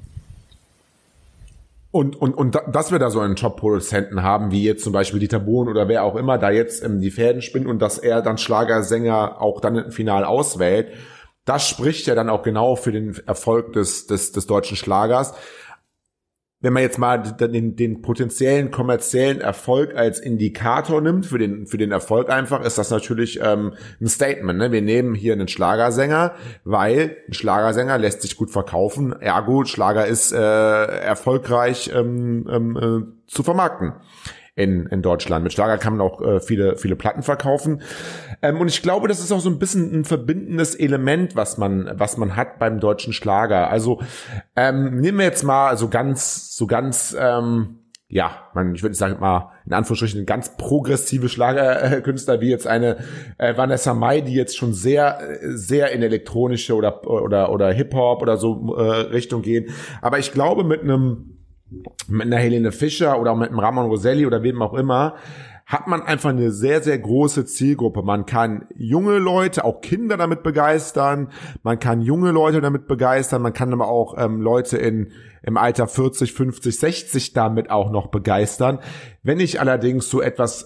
Und dass wir da so einen Top-Produzenten haben, wie jetzt zum Beispiel Dieter Bohlen oder wer auch immer da jetzt die Fäden spinnt und dass er dann Schlagersänger auch dann im Finale auswählt, das spricht ja dann auch genau für den Erfolg des deutschen Schlagers. Wenn man jetzt mal den potenziellen kommerziellen Erfolg als Indikator nimmt für den Erfolg einfach, ist das natürlich ein Statement. Ne? Wir nehmen hier einen Schlagersänger, weil ein Schlagersänger lässt sich gut verkaufen. Ergo, Schlager ist erfolgreich zu vermarkten in Deutschland. Mit Schlager kann man auch viele Platten verkaufen. Und ich glaube, das ist auch so ein bisschen ein verbindendes Element, was man hat beim deutschen Schlager. Also nehmen wir jetzt mal so ganz ich würde sagen mal, in Anführungsstrichen ganz progressive Schlagerkünstler wie jetzt eine Vanessa Mai, die jetzt schon sehr, sehr in elektronische oder Hip-Hop oder so Richtung gehen. Aber ich glaube, mit einer Helene Fischer oder auch mit einem Ramon Roselli oder wem auch immer, hat man einfach eine sehr, sehr große Zielgruppe. Man kann junge Leute, auch Kinder damit begeistern, man kann junge Leute damit begeistern, man kann aber auch Leute im Alter 40, 50, 60 damit auch noch begeistern. Wenn ich allerdings so etwas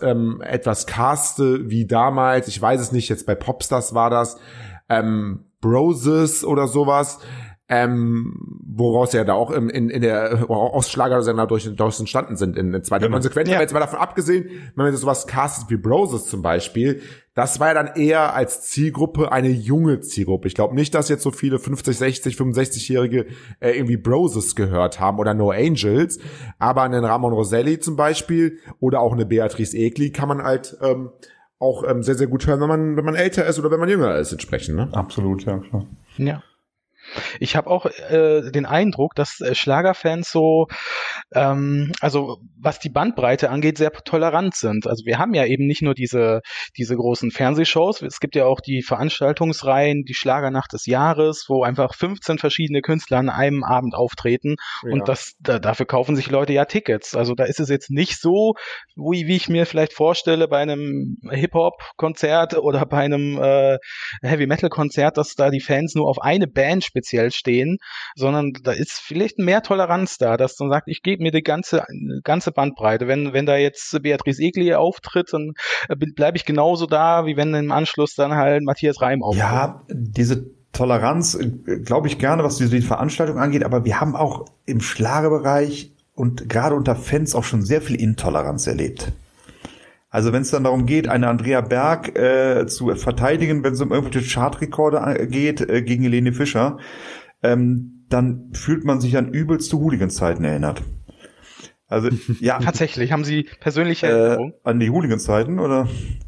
caste wie damals, ich weiß es nicht, jetzt bei Popstars war das, Broses oder sowas, woraus ja da auch in der aus Schlagersender durch entstanden sind in zweiter Konsequenz. Aber jetzt mal davon abgesehen, wenn man sowas castet wie Broses zum Beispiel, das war ja dann eher als Zielgruppe eine junge Zielgruppe. Ich glaube nicht, dass jetzt so viele 50, 60, 65-Jährige irgendwie Broses gehört haben oder No Angels, aber einen Ramon Roselli zum Beispiel oder auch eine Beatrice Egli kann man halt auch sehr, sehr gut hören, wenn man älter ist oder wenn man jünger ist entsprechend. Ne? Absolut, ja klar. Ja. Ich habe auch den Eindruck, dass Schlagerfans so, also was die Bandbreite angeht, sehr tolerant sind. Also wir haben ja eben nicht nur diese großen Fernsehshows, es gibt ja auch die Veranstaltungsreihen, die Schlagernacht des Jahres, wo einfach 15 verschiedene Künstler an einem Abend auftreten und dafür kaufen sich Leute ja Tickets. Also da ist es jetzt nicht so, wie ich mir vielleicht vorstelle bei einem Hip-Hop-Konzert oder bei einem Heavy-Metal-Konzert, dass da die Fans nur auf eine Band speziell stehen, sondern da ist vielleicht mehr Toleranz da, dass man sagt, ich gebe mir die ganze Bandbreite. Wenn da jetzt Beatrice Egli auftritt, dann bleibe ich genauso da, wie wenn im Anschluss dann halt Matthias Reim auftritt. Ja, diese Toleranz glaube ich gerne, was die Veranstaltung angeht, aber wir haben auch im Schlagerbereich und gerade unter Fans auch schon sehr viel Intoleranz erlebt. Also wenn es dann darum geht, eine Andrea Berg zu verteidigen, wenn es um irgendwelche Chartrekorde geht gegen Helene Fischer, dann fühlt man sich an übelste Hooligan-Zeiten erinnert. Also ja. Tatsächlich, haben Sie persönliche Erinnerung? An die Hooligan-Zeiten oder?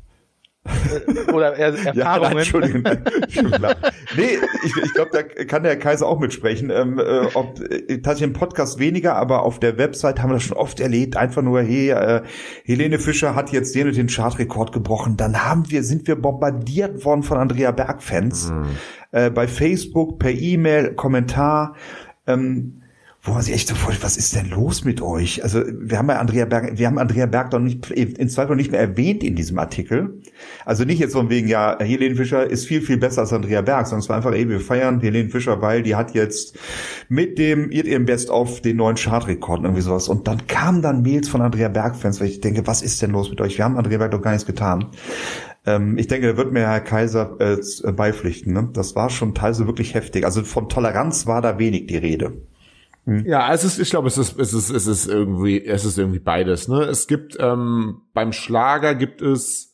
Oder Erfahrungen? Ja, Entschuldigung. Nee, ich glaube, da kann der Kaiser auch mitsprechen. Tatsächlich im Podcast weniger, aber auf der Website haben wir das schon oft erlebt. Einfach nur, hey, Helene Fischer hat jetzt den und den Chartrekord gebrochen. Dann sind wir bombardiert worden von Andrea Berg-Fans. Bei Facebook, per E-Mail, Kommentar. Wo man sich echt so vorstellt, was ist denn los mit euch? Also wir haben Andrea Berg doch nicht, in Zweifel nicht mehr erwähnt in diesem Artikel. Also nicht jetzt von wegen, ja, Helene Fischer ist viel, viel besser als Andrea Berg, sondern es war einfach, wir feiern Helene Fischer, weil die hat jetzt mit ihrem Best-of den neuen Chartrekord und irgendwie sowas. Und dann kamen dann Mails von Andrea Berg-Fans, weil ich denke, was ist denn los mit euch? Wir haben Andrea Berg doch gar nichts getan. Ich denke, da wird mir Herr Kaiser beipflichten. Ne? Das war schon teilweise wirklich heftig. Also von Toleranz war da wenig die Rede. Ja, ich glaube, es ist irgendwie beides, ne? Es gibt, beim Schlager gibt es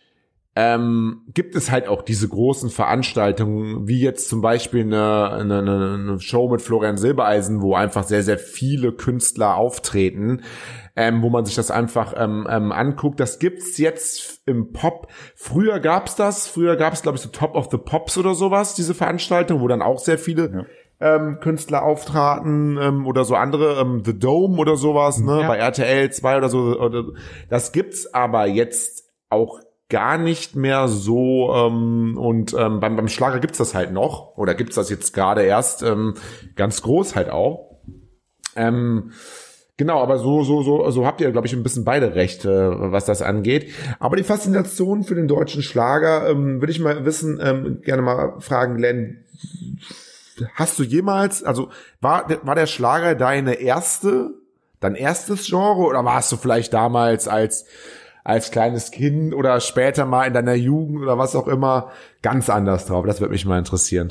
halt auch diese großen Veranstaltungen, wie jetzt zum Beispiel eine Show mit Florian Silbereisen, wo einfach sehr, sehr viele Künstler auftreten, wo man sich das einfach anguckt. Das gibt's jetzt im Pop. Früher gab's, glaube ich, so Top of the Pops oder sowas, diese Veranstaltung, wo dann auch sehr viele Künstler auftraten oder so andere, The Dome oder sowas, ne, bei RTL 2 oder so. Das gibt's aber jetzt auch gar nicht mehr so und beim Schlager gibt's das halt noch oder gibt's das jetzt gerade erst ganz groß halt auch. Genau, aber so habt ihr, glaube ich, ein bisschen beide recht, was das angeht. Aber die Faszination für den deutschen Schlager würde ich mal wissen, gerne mal fragen, Glenn, hast du jemals, also war der Schlager dein erstes Genre oder warst du vielleicht damals als kleines Kind oder später mal in deiner Jugend oder was auch immer ganz anders drauf? Das würde mich mal interessieren.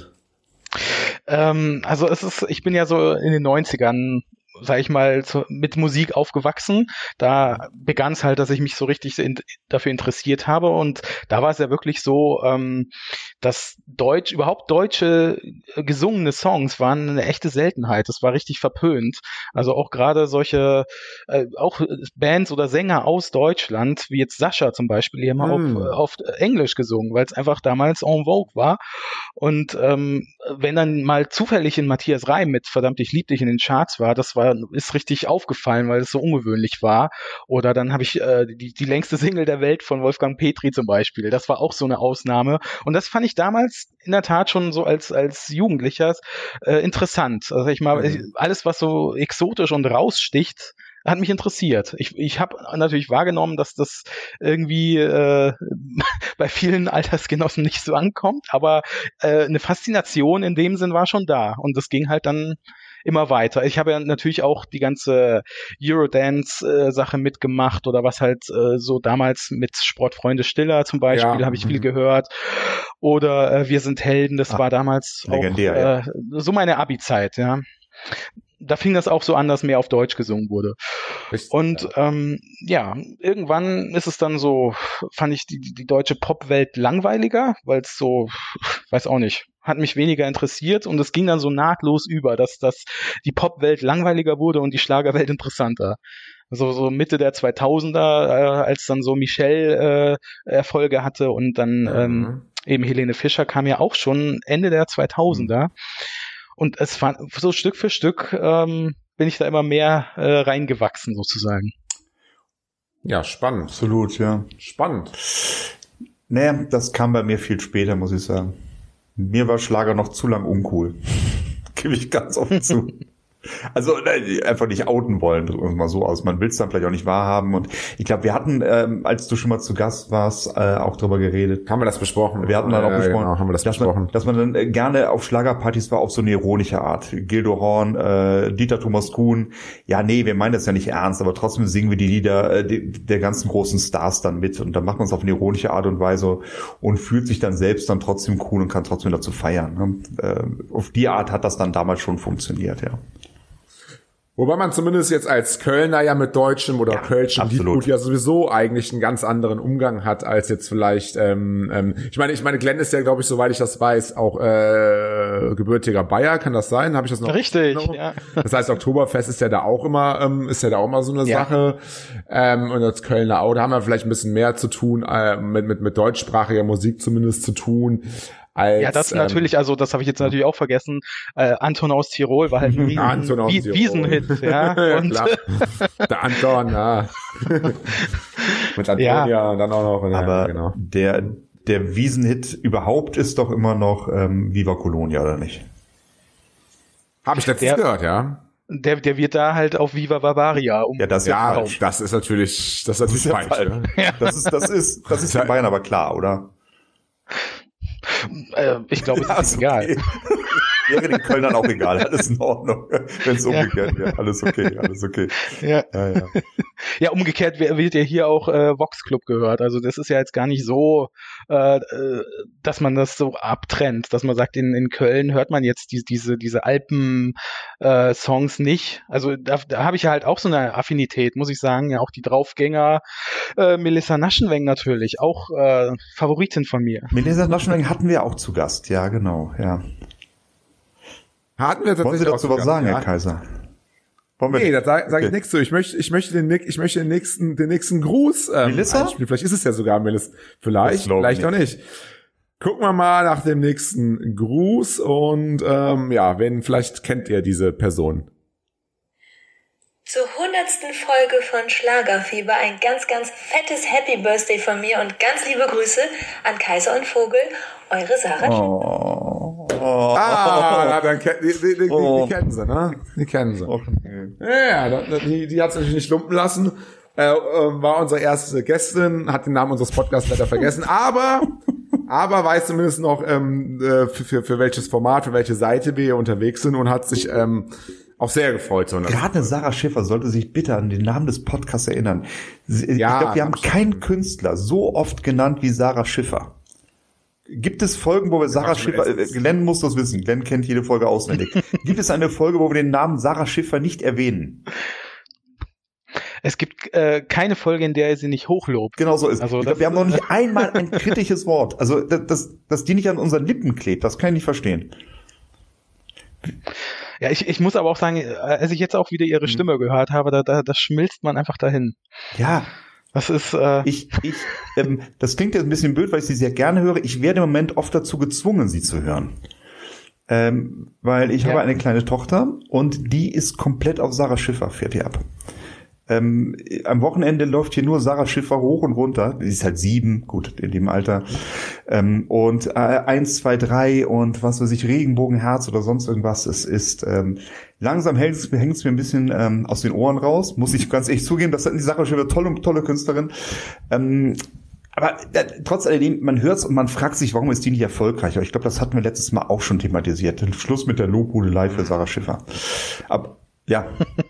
Also ich bin ja so in den 90ern, sag ich mal, mit Musik aufgewachsen. Da begann es halt, dass ich mich so richtig dafür interessiert habe und da war es ja wirklich so, dass überhaupt deutsche gesungene Songs waren eine echte Seltenheit. Das war richtig verpönt. Also auch gerade solche, auch Bands oder Sänger aus Deutschland, wie jetzt Sascha zum Beispiel, die haben auf Englisch gesungen, weil es einfach damals en vogue war. Und wenn dann mal zufällig in Matthias Reim mit Verdammt, ich lieb dich in den Charts war, ist richtig aufgefallen, weil es so ungewöhnlich war. Oder dann habe ich die längste Single der Welt von Wolfgang Petri zum Beispiel. Das war auch so eine Ausnahme. Und das fand ich damals in der Tat schon so als Jugendlicher interessant. Also alles, was so exotisch und raussticht, hat mich interessiert. Ich habe natürlich wahrgenommen, dass das irgendwie bei vielen Altersgenossen nicht so ankommt, aber eine Faszination in dem Sinn war schon da. Und das ging halt dann immer weiter. Ich habe ja natürlich auch die ganze Eurodance-Sache mitgemacht oder was halt so damals mit Sportfreunde Stiller zum Beispiel habe ich viel gehört. Oder Wir sind Helden, das war damals legendär, auch so meine Abi-Zeit, ja. Da fing das auch so an, dass mehr auf Deutsch gesungen wurde. Richtig, und irgendwann ist es dann so, fand ich die deutsche Popwelt langweiliger, weil es so, weiß auch nicht, hat mich weniger interessiert und es ging dann so nahtlos über, dass die Popwelt langweiliger wurde und die Schlagerwelt interessanter. So Mitte der 2000er, als dann so Michelle Erfolge hatte und dann eben Helene Fischer kam ja auch schon Ende der 2000er. Und es war so Stück für Stück bin ich da immer mehr reingewachsen sozusagen. Ja, spannend. Absolut, ja. Spannend. Naja, das kam bei mir viel später, muss ich sagen. Mir war Schlager noch zu lang uncool. Gebe ich ganz offen zu. Also einfach nicht outen wollen, drücken wir es mal so aus. Man will es dann vielleicht auch nicht wahrhaben. Und ich glaube, wir hatten, als du schon mal zu Gast warst, auch drüber geredet. Haben wir das besprochen? Wir hatten dann auch besprochen, genau, haben wir das besprochen. Dass man dann gerne auf Schlagerpartys war, auf so eine ironische Art. Gildo Horn, Dieter Thomas Kuhn. Ja, nee, wir meinen das ja nicht ernst, aber trotzdem singen wir die Lieder der ganzen großen Stars dann mit. Und dann macht man es auf eine ironische Art und Weise und fühlt sich dann selbst dann trotzdem cool und kann trotzdem dazu feiern. Auf die Art hat das dann damals schon funktioniert, ja. Wobei man zumindest jetzt als Kölner ja mit deutschem oder kölschem Liedgut ja sowieso eigentlich einen ganz anderen Umgang hat als jetzt vielleicht, ich meine, Glenn ist ja, glaube ich, soweit ich das weiß, auch gebürtiger Bayer, kann das sein? Habe ich das noch? Richtig, ja. Das heißt, Oktoberfest ist ja da auch immer so eine Sache. Und als Kölner auch, da haben wir vielleicht ein bisschen mehr zu tun, mit deutschsprachiger Musik zumindest zu tun. Ja, das natürlich, also das habe ich jetzt natürlich auch vergessen. Anton aus Tirol war halt ein Wiesenhit, ja. Und klar. Der Anton, ja. Mit Antonia und dann auch noch. Aber genau. Der Wiesenhit überhaupt ist doch immer noch Viva Colonia, oder nicht? Habe ich letztens gehört, ja. Der wird da halt auf Viva Barbaria das ist natürlich falsch. Ne? Ja. Das ist für Bayern aber klar, oder? Ich glaube, es ist egal. Wäre den Kölnern auch egal, alles in Ordnung. Wenn es umgekehrt wäre, alles okay. Ja. Ja, umgekehrt wird ja hier auch Vox Club gehört. Also das ist ja jetzt gar nicht so, dass man das so abtrennt, dass man sagt, in Köln hört man jetzt diese Alpen-Songs nicht. Also da habe ich ja halt auch so eine Affinität, muss ich sagen. Ja, auch die Draufgänger, Melissa Naschenweng natürlich, auch Favoritin von mir. Melissa Naschenweng hatten wir auch zu Gast, ja genau, ja. Hatten wir tatsächlich. Wollen Sie dazu was sagen, Herr Kaiser? Nee, da sag ich nichts zu. Ich möchte den nächsten Gruß Melissa? Vielleicht ist es ja sogar Melissa. Vielleicht auch nicht. Gucken wir mal nach dem nächsten Gruß und vielleicht kennt ihr diese Person. Zur 100. Folge von Schlagerfieber ein ganz, ganz fettes Happy Birthday von mir und ganz liebe Grüße an Kaiser und Vogel, eure Sarah. Dann die kennen sie, ne? Die kennen sie. Ja, die hat es natürlich nicht lumpen lassen. War unsere erste Gästin, hat den Namen unseres Podcasts leider vergessen, aber weiß zumindest noch, für welches Format, für welche Seite wir hier unterwegs sind und hat sich auch sehr gefreut. Gerade Sarah Schiffer sollte sich bitte an den Namen des Podcasts erinnern. Ich glaube, wir haben keinen Künstler so oft genannt wie Sarah Schiffer. Gibt es Folgen, wo wir Sarah Schiffer, Glenn muss das wissen, Glenn kennt jede Folge auswendig. Gibt es eine Folge, wo wir den Namen Sarah Schiffer nicht erwähnen? Es gibt keine Folge, in der er sie nicht hochlobt. Genau so ist es. Also, ich glaub, wir haben noch nicht einmal ein kritisches Wort. Also, dass die nicht an unseren Lippen klebt, das kann ich nicht verstehen. Ja, ich muss aber auch sagen, als ich jetzt auch wieder ihre Stimme gehört habe, da schmilzt man einfach dahin. Ja. Das ist das klingt jetzt ein bisschen blöd, weil ich sie sehr gerne höre. Ich werde im Moment oft dazu gezwungen, sie zu hören. Weil ich habe eine kleine Tochter und die ist komplett auf Sarah Schiffer, fährt die ab. Am Wochenende läuft hier nur Sarah Schiffer hoch und runter. Die ist halt 7, gut, in dem Alter. Und 1, 2, 3 und was weiß ich, Regenbogenherz oder sonst irgendwas. Es ist langsam hängt es mir ein bisschen aus den Ohren raus. Muss ich ganz ehrlich zugeben, das hat die Sarah Schiffer tolle Künstlerin. Aber trotz alledem, man hört's und man fragt sich, warum ist die nicht erfolgreicher? Ich glaube, das hatten wir letztes Mal auch schon thematisiert. Schluss mit der Lobhudelei für Sarah Schiffer. Aber ja.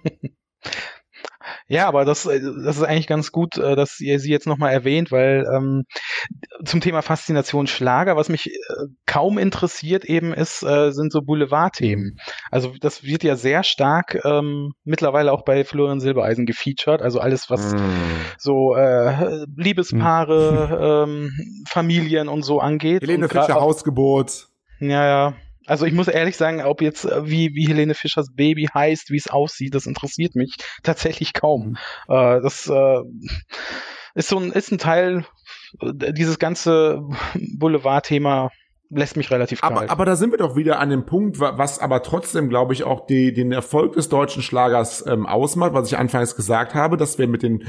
Ja, aber das ist eigentlich ganz gut, dass ihr sie jetzt nochmal erwähnt, weil zum Thema Faszination Schlager, was mich kaum interessiert eben ist, sind so Boulevardthemen. Also das wird ja sehr stark mittlerweile auch bei Florian Silbereisen gefeatured, also alles, was so Liebespaare, Familien und so angeht. Helene Fischer Hausgeburt. Ja. Also ich muss ehrlich sagen, ob jetzt wie Helene Fischers Baby heißt, wie es aussieht, das interessiert mich tatsächlich kaum. Das ist ein Teil, dieses ganze Boulevardthema lässt mich relativ kalt. Aber da sind wir doch wieder an dem Punkt, was aber trotzdem, glaube ich, auch den Erfolg des deutschen Schlagers ausmacht, was ich anfangs gesagt habe, dass wir mit den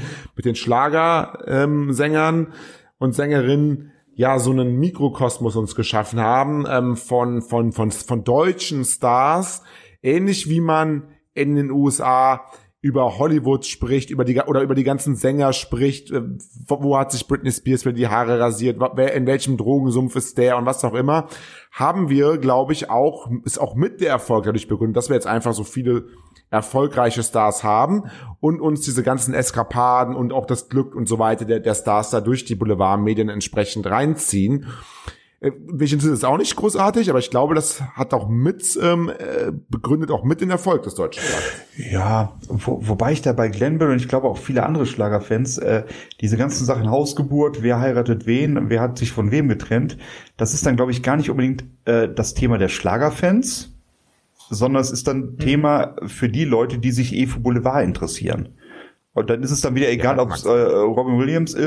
Schlagersängern und Sängerinnen ja so einen Mikrokosmos uns geschaffen haben von deutschen Stars, ähnlich wie man in den USA über Hollywood spricht, über die ganzen Sänger spricht, wo hat sich Britney Spears für die Haare rasiert, wer in welchem Drogensumpf ist der und was auch immer, haben wir, glaube ich, ist auch mit der Erfolg dadurch begründet, dass wir jetzt einfach so viele erfolgreiche Stars haben und uns diese ganzen Eskapaden und auch das Glück und so weiter der Stars da durch die Boulevardmedien entsprechend reinziehen. Ich finde das auch nicht großartig, aber ich glaube, das hat auch begründet auch mit den Erfolg des deutschen Schlagers. Ja, wobei ich da bei Glenn und ich glaube auch viele andere Schlagerfans diese ganzen Sachen Hausgeburt, wer heiratet wen, wer hat sich von wem getrennt, das ist dann, glaube ich, gar nicht unbedingt das Thema der Schlagerfans, sondern es ist dann Thema für die Leute, die sich für Boulevard interessieren. Und dann ist es dann wieder egal, ob es Robbie Williams,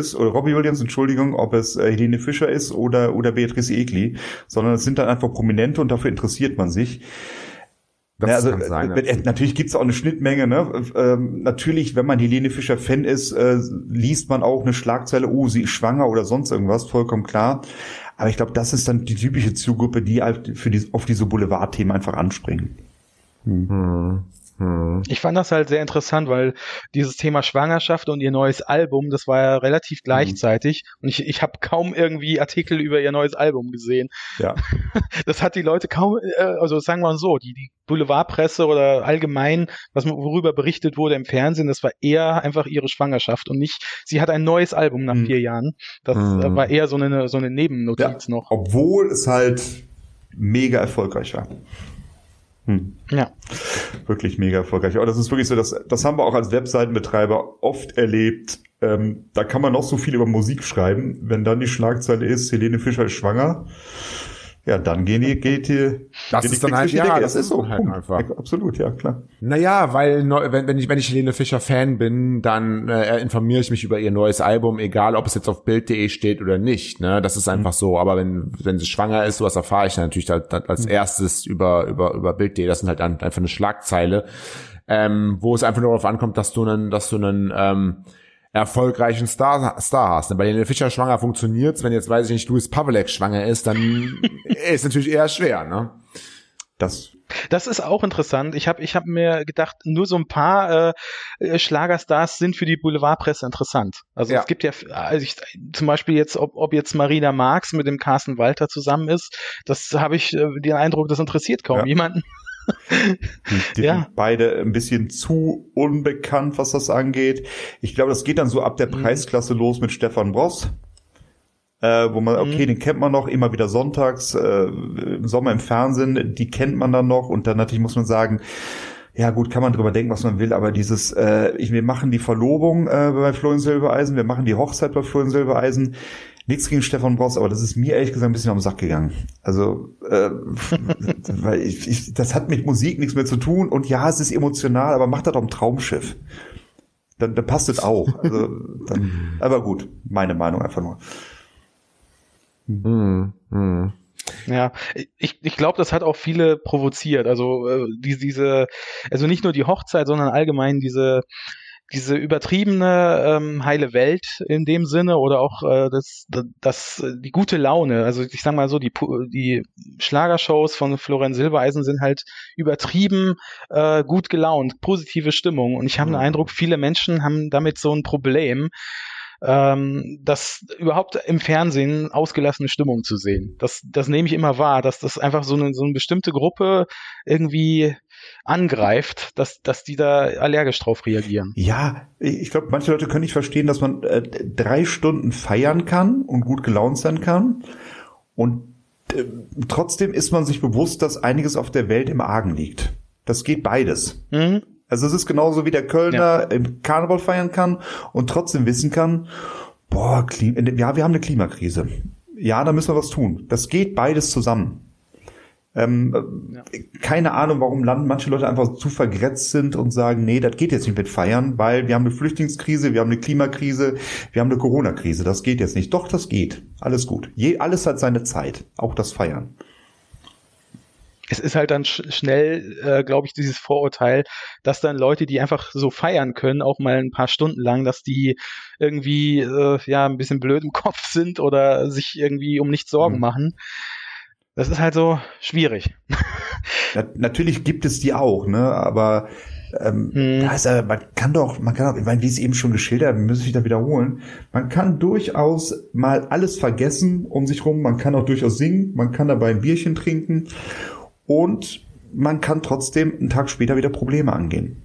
ob es Helene Fischer ist oder Beatrice Egli, sondern es sind dann einfach Prominente und dafür interessiert man sich. Das kann sein, ja. Natürlich gibt's auch eine Schnittmenge, ne? Natürlich, wenn man Helene Fischer Fan ist, liest man auch eine Schlagzeile, sie ist schwanger oder sonst irgendwas, vollkommen klar. Aber ich glaube, das ist dann die typische Zielgruppe, die halt auf diese Boulevardthemen einfach anspringen. Ich fand das halt sehr interessant, weil dieses Thema Schwangerschaft und ihr neues Album, das war ja relativ gleichzeitig und ich habe kaum irgendwie Artikel über ihr neues Album gesehen. Ja. Das hat die Leute kaum, also sagen wir mal so, die Boulevardpresse oder allgemein, worüber berichtet wurde im Fernsehen, das war eher einfach ihre Schwangerschaft und nicht, sie hat ein neues Album nach 4 Jahren. Das war eher so eine Nebennotiz noch. Obwohl es halt mega erfolgreich war. Ja. Wirklich mega erfolgreich. Aber das ist wirklich so, das haben wir auch als Webseitenbetreiber oft erlebt. Da kann man noch so viel über Musik schreiben. Wenn dann die Schlagzeile ist, Helene Fischer ist schwanger, ja, dann geht die das ist dann halt, ja, das ist so halt einfach. Absolut, ja, klar. Naja, weil wenn ich Helene Fischer Fan bin, dann informiere ich mich über ihr neues Album, egal ob es jetzt auf Bild.de steht oder nicht, ne? Das ist einfach so. Aber wenn sie schwanger ist, sowas erfahre ich dann natürlich als erstes über Bild.de. Das sind halt einfach eine Schlagzeile, wo es einfach nur darauf ankommt, dass du einen erfolgreichen Star hast. Bei Helene Fischer schwanger funktioniert's. Wenn jetzt, weiß ich nicht, Louis Pavelek schwanger ist, dann ist natürlich eher schwer, ne? Das ist auch interessant. Ich hab mir gedacht, nur so ein paar Schlagerstars sind für die Boulevardpresse interessant. Also es gibt ja, zum Beispiel jetzt, ob jetzt Marina Marx mit dem Carsten Walter zusammen ist, das habe ich den Eindruck, das interessiert kaum jemanden. Die sind beide ein bisschen zu unbekannt, was das angeht. Ich glaube, das geht dann so ab der Preisklasse los mit Stefan Bross, wo man, okay, den kennt man noch, immer wieder sonntags, im Sommer im Fernsehen, die kennt man dann noch und dann natürlich muss man sagen, ja gut, kann man drüber denken, was man will, aber dieses, wir machen die Verlobung bei Florian Silbereisen, wir machen die Hochzeit bei Florian Silbereisen. Nichts gegen Stefan Bross, aber das ist mir ehrlich gesagt ein bisschen auf den Sack gegangen. Also, weil das hat mit Musik nichts mehr zu tun und ja, es ist emotional, aber macht das doch ein Traumschiff. Dann passt es auch. Also, aber gut, meine Meinung einfach nur. Ja, ich glaube, das hat auch viele provoziert. Also also nicht nur die Hochzeit, sondern allgemein diese übertriebene heile Welt in dem Sinne oder auch die gute Laune. Also ich sag mal so, die Schlagershows von Florian Silbereisen sind halt übertrieben gut gelaunt, positive Stimmung. Und ich habe den Eindruck, viele Menschen haben damit so ein Problem, das überhaupt im Fernsehen ausgelassene Stimmung zu sehen. Das nehme ich immer wahr, dass das einfach so eine bestimmte Gruppe irgendwie angreift, dass die da allergisch drauf reagieren. Ja, ich glaube, manche Leute können nicht verstehen, dass man 3 Stunden feiern kann und gut gelaunt sein kann und trotzdem ist man sich bewusst, dass einiges auf der Welt im Argen liegt. Das geht beides. Mhm. Also es ist genauso wie der Kölner im Karneval feiern kann und trotzdem wissen kann, wir haben eine Klimakrise. Ja, da müssen wir was tun. Das geht beides zusammen. Keine Ahnung, warum manche Leute einfach zu vergrätzt sind und sagen, nee, das geht jetzt nicht mit Feiern, weil wir haben eine Flüchtlingskrise, wir haben eine Klimakrise, wir haben eine Corona-Krise. Das geht jetzt nicht. Doch, das geht. Alles gut. Alles hat seine Zeit. Auch das Feiern. Es ist halt dann schnell, glaube ich, dieses Vorurteil, dass dann Leute, die einfach so feiern können, auch mal ein paar Stunden lang, dass die irgendwie ein bisschen blöd im Kopf sind oder sich irgendwie um nichts Sorgen machen. Das ist halt so schwierig. Natürlich gibt es die auch, ne? Aber man kann auch, ich meine, wie es eben schon geschildert, muss ich da wiederholen, man kann durchaus mal alles vergessen um sich rum, man kann auch durchaus singen, man kann dabei ein Bierchen trinken und man kann trotzdem einen Tag später wieder Probleme angehen.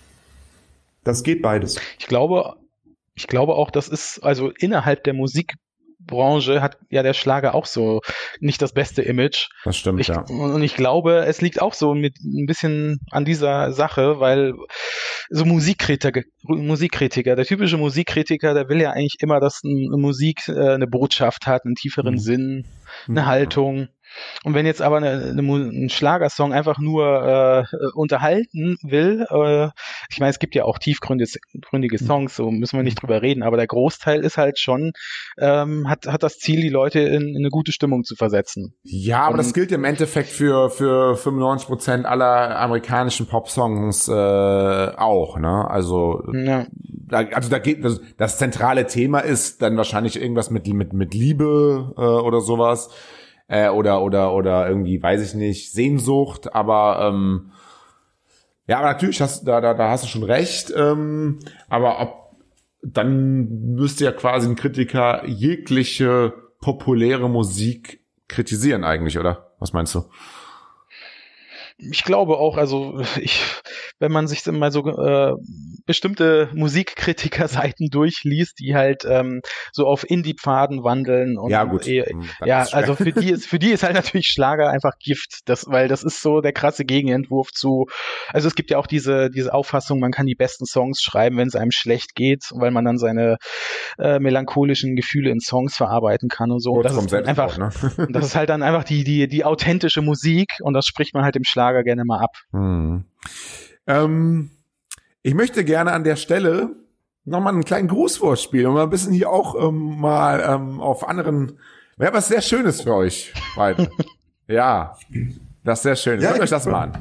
Das geht beides. Ich glaube auch, das ist, also innerhalb der Musikbranche hat ja der Schlager auch so nicht das beste Image. Das stimmt, ja. Und ich glaube, es liegt auch so mit ein bisschen an dieser Sache, weil so Musikkritiker, der typische Musikkritiker, der will ja eigentlich immer, dass eine Musik eine Botschaft hat, einen tieferen Sinn, eine Haltung. Und wenn jetzt aber ein Schlagersong einfach nur unterhalten will, ich meine, es gibt ja auch tiefgründige Songs, so müssen wir nicht drüber reden, aber der Großteil ist halt schon, hat das Ziel, die Leute in eine gute Stimmung zu versetzen. Ja, aber das gilt im Endeffekt für 95% aller amerikanischen Popsongs auch, ne? Also, da geht, das zentrale Thema ist dann wahrscheinlich irgendwas mit Liebe oder sowas. Oder irgendwie, weiß ich nicht, Sehnsucht, aber aber natürlich da hast du schon recht, aber dann müsste ja quasi ein Kritiker jegliche populäre Musik kritisieren eigentlich, oder? Was meinst du? Ich glaube auch, also wenn man sich mal so bestimmte Musikkritiker-Seiten durchliest, die halt so auf Indie-Pfaden wandeln und ja, gut. Also für die ist halt natürlich Schlager einfach Gift, weil das ist so der krasse Gegenentwurf zu, also es gibt ja auch diese Auffassung, man kann die besten Songs schreiben, wenn es einem schlecht geht, weil man dann seine melancholischen Gefühle in Songs verarbeiten kann und so. Das ist einfach, ne? Das ist halt dann einfach die authentische Musik und das spricht man halt im Schlager gerne mal ab. Ich möchte gerne an der Stelle nochmal einen kleinen Grußwort spielen und mal ein bisschen hier auch auf anderen, ja, was sehr Schönes für euch beide. Ja, das ist sehr schön. Hört euch das mal an.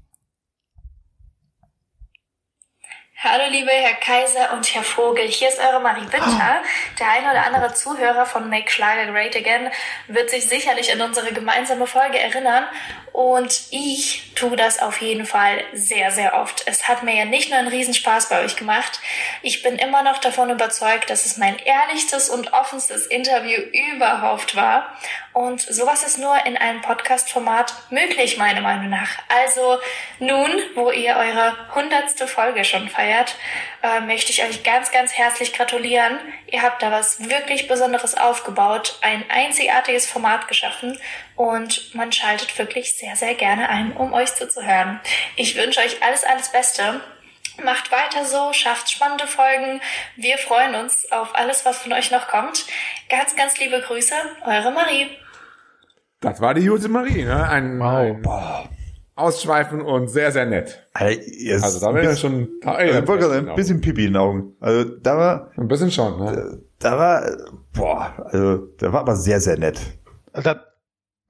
Hallo liebe Herr Kaiser und Herr Vogel, hier ist eure Marie Winter. Der eine oder andere Zuhörer von Make Schlager Great Again wird sich sicherlich an unsere gemeinsame Folge erinnern und ich tue das auf jeden Fall sehr, sehr oft. Es hat mir ja nicht nur einen Riesenspaß bei euch gemacht, ich bin immer noch davon überzeugt, dass es mein ehrlichstes und offenstes Interview überhaupt war und sowas ist nur in einem Podcast-Format möglich, meiner Meinung nach. Also nun, wo ihr eure 100. Folge schon feiert, möchte ich euch ganz, ganz herzlich gratulieren. Ihr habt da was wirklich Besonderes aufgebaut, ein einzigartiges Format geschaffen und man schaltet wirklich sehr, sehr gerne ein, um euch zuzuhören. Ich wünsche euch alles, alles Beste. Macht weiter so, schafft spannende Folgen. Wir freuen uns auf alles, was von euch noch kommt. Ganz, ganz liebe Grüße, eure Marie. Das war die gute Marie, ne? Ein ausschweifend und sehr, sehr nett. Also da wäre ja schon ein bisschen Pipi in den Augen. Also da war ein bisschen schon, ne? Da war aber sehr, sehr nett.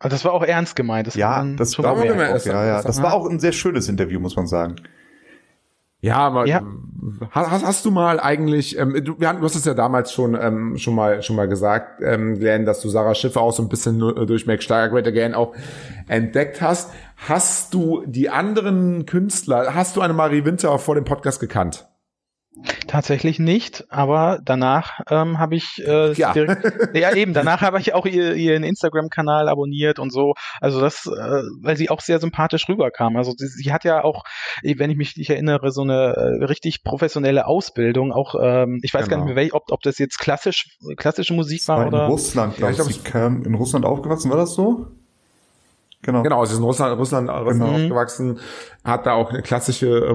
Das war auch ernst gemeint. Das war auch ein sehr schönes Interview, muss man sagen. Ja, aber hast du mal eigentlich, du hast es ja damals schon mal gesagt, Glenn, dass du Sarah Schiffer auch so ein bisschen durch Make Schlager Great Again auch entdeckt hast. Hast du die anderen Künstler, hast du eine Marie Winter vor dem Podcast gekannt? Tatsächlich nicht, aber danach habe ich danach habe ich auch ihren Instagram-Kanal abonniert und so. Also das, weil sie auch sehr sympathisch rüberkam. Also sie hat ja auch, wenn ich mich nicht erinnere, so eine richtig professionelle Ausbildung. Auch ich weiß gar nicht mehr, ob das jetzt klassische Musik war oder. In Russland, glaube ich. Sie kam in Russland aufgewachsen, war das so? Genau, sie ist in Russland aufgewachsen, hat da auch eine klassische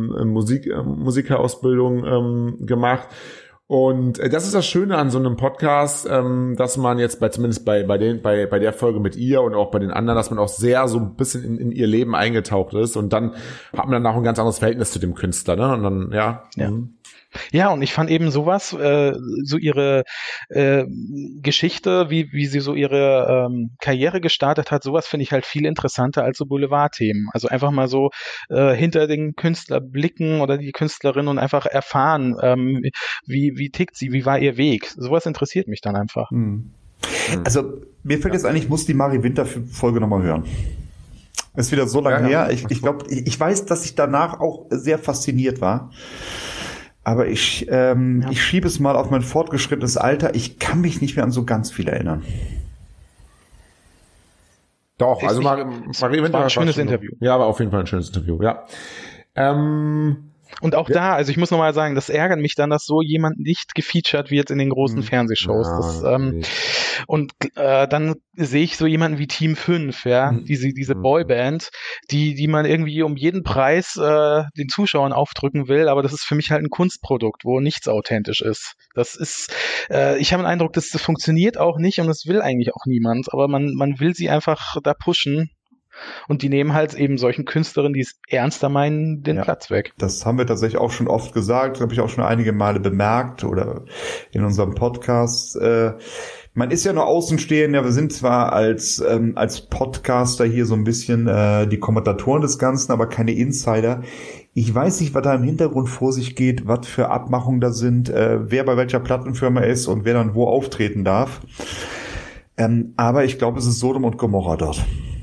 Musikerausbildung gemacht. Und das ist das Schöne an so einem Podcast, dass man jetzt zumindest bei der Folge mit ihr und auch bei den anderen, dass man auch sehr so ein bisschen in ihr Leben eingetaucht ist und dann hat man danach ein ganz anderes Verhältnis zu dem Künstler, ne? Und dann, ja. Ja, und ich fand eben sowas, so ihre Geschichte, wie sie so ihre Karriere gestartet hat, sowas finde ich halt viel interessanter als so Boulevardthemen. Also einfach mal so hinter den Künstler blicken oder die Künstlerin und einfach erfahren, wie tickt sie, wie war ihr Weg. Sowas interessiert mich dann einfach. Also mir fällt jetzt ein, ich muss die Marie Winter Folge nochmal hören. Ist wieder so lange her. Ich glaube, ich weiß, dass ich danach auch sehr fasziniert war. Aber ich schiebe es mal auf mein fortgeschrittenes Alter. Ich kann mich nicht mehr an so ganz viel erinnern. Doch, also Marie Winter war ein schönes Interview. Ja, war auf jeden Fall ein schönes Interview, ja. Und auch da, also ich muss nochmal sagen, das ärgert mich dann, dass so jemand nicht gefeatured wird in den großen Fernsehshows. Dann sehe ich so jemanden wie Team 5, diese Boyband, die man irgendwie um jeden Preis den Zuschauern aufdrücken will, aber das ist für mich halt ein Kunstprodukt, wo nichts authentisch ist. Das ist, ich habe den Eindruck, das funktioniert auch nicht und das will eigentlich auch niemand, aber man will sie einfach da pushen. Und die nehmen halt eben solchen Künstlerinnen, die es ernster meinen, den Platz weg. Das haben wir tatsächlich auch schon oft gesagt, das habe ich auch schon einige Male bemerkt oder in unserem Podcast. Man ist ja nur Außenstehender, wir sind zwar als Podcaster hier so ein bisschen die Kommentatoren des Ganzen, aber keine Insider. Ich weiß nicht, was da im Hintergrund vor sich geht, was für Abmachungen da sind, wer bei welcher Plattenfirma ist und wer dann wo auftreten darf. Aber ich glaube, es ist Sodom und Gomorra dort.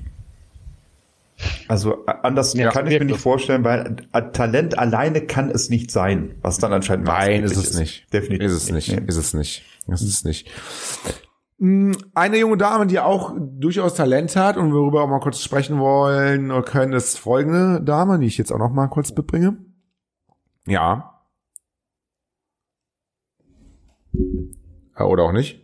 Also anders kann ich mir nicht vorstellen, weil Talent alleine kann es nicht sein, was dann anscheinend Nein, ist es nicht. Definitiv ist es nicht. Eine junge Dame, die auch durchaus Talent hat und worüber wir auch mal kurz sprechen wollen oder können, ist folgende Dame, die ich jetzt auch noch mal kurz mitbringe. Ja. Oder auch nicht.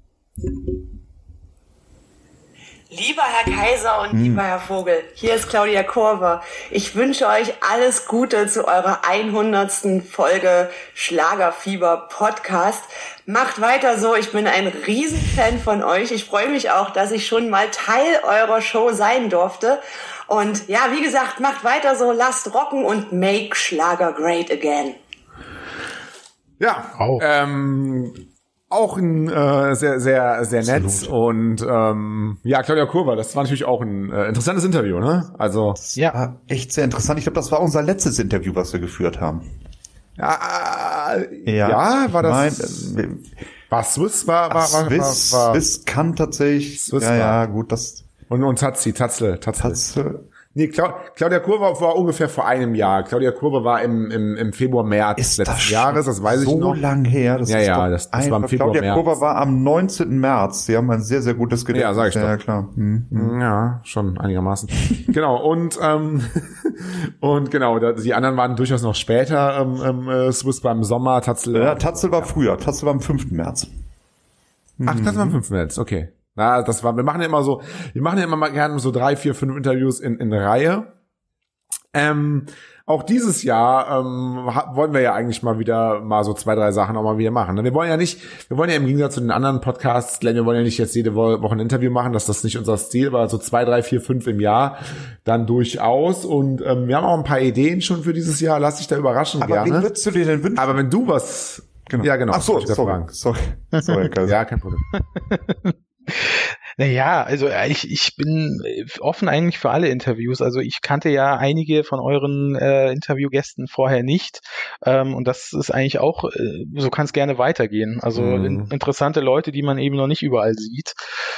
Lieber Herr Kaiser und lieber Herr Vogel, hier ist Claudia Korver. Ich wünsche euch alles Gute zu eurer 100. Folge Schlagerfieber Podcast. Macht weiter so, ich bin ein Riesenfan von euch. Ich freue mich auch, dass ich schon mal Teil eurer Show sein durfte. Und ja, wie gesagt, macht weiter so, lasst rocken und make Schlager great again. Ja, auch ein sehr, sehr, sehr nett. Und Claudia Korver, das war natürlich auch ein interessantes Interview, ne? Also ja, echt sehr interessant. Ich glaube, das war unser letztes Interview, was wir geführt haben. War das? War Swiss? Swiss kann tatsächlich. Swiss gut, das. Und Tatzel. Nee, Claudia Korver war ungefähr vor einem Jahr. Claudia Korver war im Februar, März letzten Jahres, das weiß ich noch. So lang her. Das das war im Februar, Claudia Korver war am 19. März. Sie haben ein sehr, sehr gutes Gedächtnis. Ja, sag ich doch. Ja, klar. Ja, schon einigermaßen. Genau, und genau, die anderen waren durchaus noch später. Swiss war im Sommer, Tatzel. Ja, Tatzel war früher. Tatzel war am 5. März. Ach, das war am 5. März, okay. Na, wir machen ja immer mal gerne so 3, 4, 5 Interviews in Reihe. Auch dieses Jahr wollen wir ja eigentlich mal wieder so 2, 3 Sachen auch mal wieder machen. Wir wollen ja im Gegensatz zu den anderen Podcasts, wir wollen ja nicht jetzt jede Woche ein Interview machen, das ist nicht unser Stil, aber so 2, 3, 4, 5 im Jahr dann durchaus. Und wir haben auch ein paar Ideen schon für dieses Jahr, lass dich da überraschen aber gerne. Aber wen würdest du dir denn wünschen? Aber wenn du was... Genau. Ja, genau. Ach so, sorry. Ja, kein Problem. Naja, also ich bin offen eigentlich für alle Interviews. Also ich kannte ja einige von euren Interviewgästen vorher nicht. Und das ist eigentlich auch, so kann es gerne weitergehen. Also interessante Leute, die man eben noch nicht überall sieht.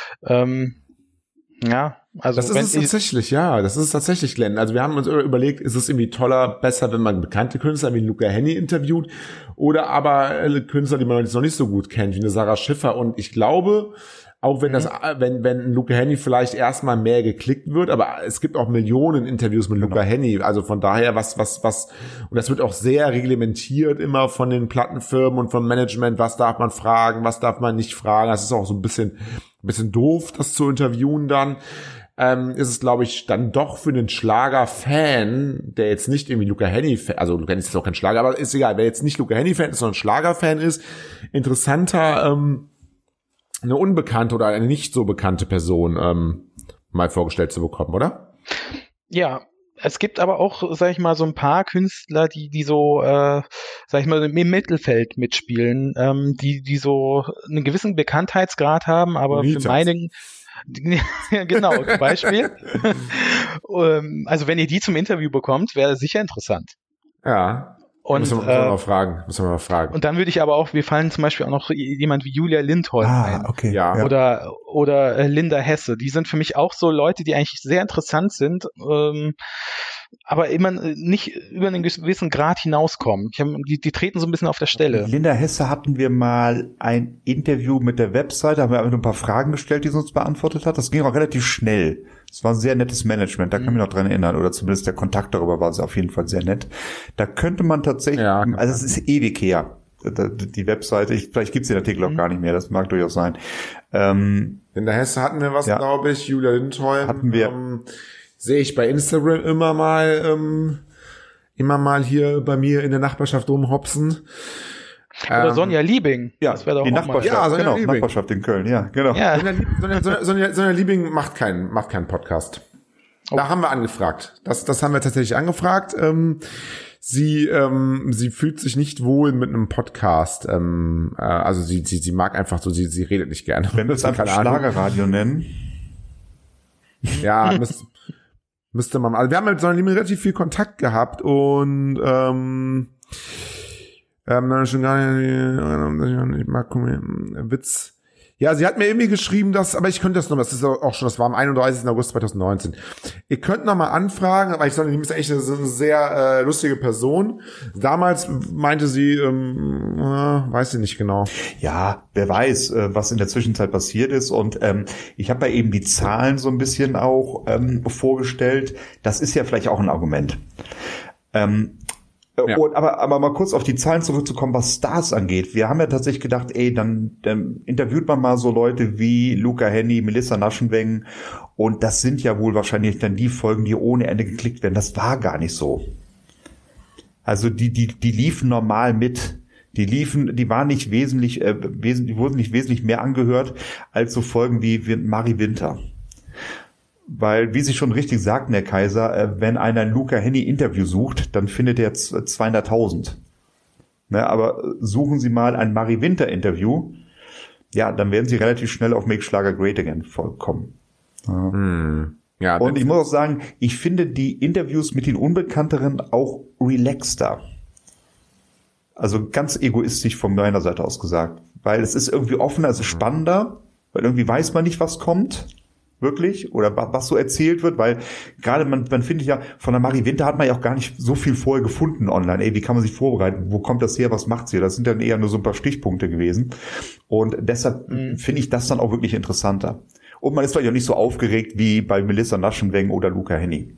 Ja, also das ist es tatsächlich, Glenn. Also wir haben uns überlegt, ist es irgendwie besser, wenn man bekannte Künstler wie Luca Hänni interviewt oder aber Künstler, die man jetzt noch nicht so gut kennt, wie eine Sarah Schiffer. Und ich glaube, auch wenn wenn Luca Hänni vielleicht erstmal mehr geklickt wird, aber es gibt auch Millionen Interviews mit Luca Hänni, also von daher was, und das wird auch sehr reglementiert immer von den Plattenfirmen und vom Management, was darf man fragen, was darf man nicht fragen, das ist auch so ein bisschen doof, das zu interviewen dann, ist es, glaube ich, dann doch für den Schlager-Fan, der jetzt nicht irgendwie Luca Hänni, also Luca Hänni ist auch kein Schlager, aber ist egal, wer jetzt nicht Luca Hänni-Fan ist, sondern Schlager-Fan ist, interessanter, eine unbekannte oder eine nicht so bekannte Person mal vorgestellt zu bekommen, oder? Ja, es gibt aber auch, sag ich mal, so ein paar Künstler, die so, sag ich mal, im Mittelfeld mitspielen, die so einen gewissen Bekanntheitsgrad haben, aber für meinen ja, genau, zum Beispiel. Also wenn ihr die zum Interview bekommt, wäre das sicher interessant. Ja. Und, müssen wir mal fragen. Und dann würde ich aber auch, wir fallen zum Beispiel auch noch jemand wie Julia Lindholm ein. Okay. Ja. Oder Linda Hesse. Die sind für mich auch so Leute, die eigentlich sehr interessant sind, aber immer nicht über einen gewissen Grad hinauskommen. Die treten so ein bisschen auf der Stelle. Linda Hesse hatten wir mal ein Interview mit der Webseite, haben wir einfach nur ein paar Fragen gestellt, die sie uns beantwortet hat. Das ging auch relativ schnell. Es war ein sehr nettes Management, da kann ich mich noch dran erinnern, oder zumindest der Kontakt darüber war auf jeden Fall sehr nett. Da könnte man tatsächlich, also es ist ewig her, die Webseite, vielleicht gibt's den Artikel auch gar nicht mehr, das mag durchaus sein. In der Hesse hatten wir was, glaube ich, Julia Lindholm. Hatten wir. Sehe ich bei Instagram immer mal hier bei mir in der Nachbarschaft rumhopsen. Oder Sonja Liebing. Ja, das wäre doch die Nachbarschaft. Genau, Liebing. Nachbarschaft in Köln, ja, genau. Ja. Sonja Liebing macht keinen Podcast. Oh. Da haben wir angefragt. Das haben wir tatsächlich angefragt. Sie fühlt sich nicht wohl mit einem Podcast. Also sie mag einfach so, sie redet nicht gerne. Wenn wir es einfach Schlagerradio nennen. Ja, müsste man. Also wir haben mit Sonja Liebing relativ viel Kontakt gehabt und schon gar nicht, ich mag Witz. Ja, sie hat mir irgendwie geschrieben, aber ich könnte das das war am 31. August 2019. Ihr könnt noch mal anfragen, aber ich sage, die ist echt eine sehr lustige Person. Damals meinte sie, weiß sie nicht genau. Ja, wer weiß, was in der Zwischenzeit passiert ist. Und ich habe ja eben die Zahlen so ein bisschen auch vorgestellt. Das ist ja vielleicht auch ein Argument. Ja. Aber mal kurz auf die Zahlen zurückzukommen, was Stars angeht. Wir haben ja tatsächlich gedacht, dann interviewt man mal so Leute wie Luca Hänni, Melissa Naschenweng, und das sind ja wohl wahrscheinlich dann die Folgen, die ohne Ende geklickt werden. Das war gar nicht so. Also die liefen normal mit. Die waren nicht die wurden nicht wesentlich mehr angehört als so Folgen wie Mari Winter. Weil, wie Sie schon richtig sagten, Herr Kaiser, wenn einer ein Luca Hänni Interview sucht, dann findet er 200.000. Ne, aber suchen Sie mal ein Mari Winter Interview, ja, dann werden Sie relativ schnell auf Make Schlager Great Again kommen. Ja. Ja, und ich muss auch sagen, ich finde die Interviews mit den Unbekannteren auch relaxter. Also ganz egoistisch von meiner Seite aus gesagt. Weil es ist irgendwie offener, es ist spannender, weil irgendwie weiß man nicht, was kommt. Wirklich, oder was so erzählt wird, weil gerade man findet ja, von der Mari Winter hat man ja auch gar nicht so viel vorher gefunden online. Wie kann man sich vorbereiten? Wo kommt das her? Was macht sie? Das sind dann eher nur so ein paar Stichpunkte gewesen. Und deshalb finde ich das dann auch wirklich interessanter. Und man ist vielleicht auch nicht so aufgeregt wie bei Melissa Naschenweng oder Luca Hänni.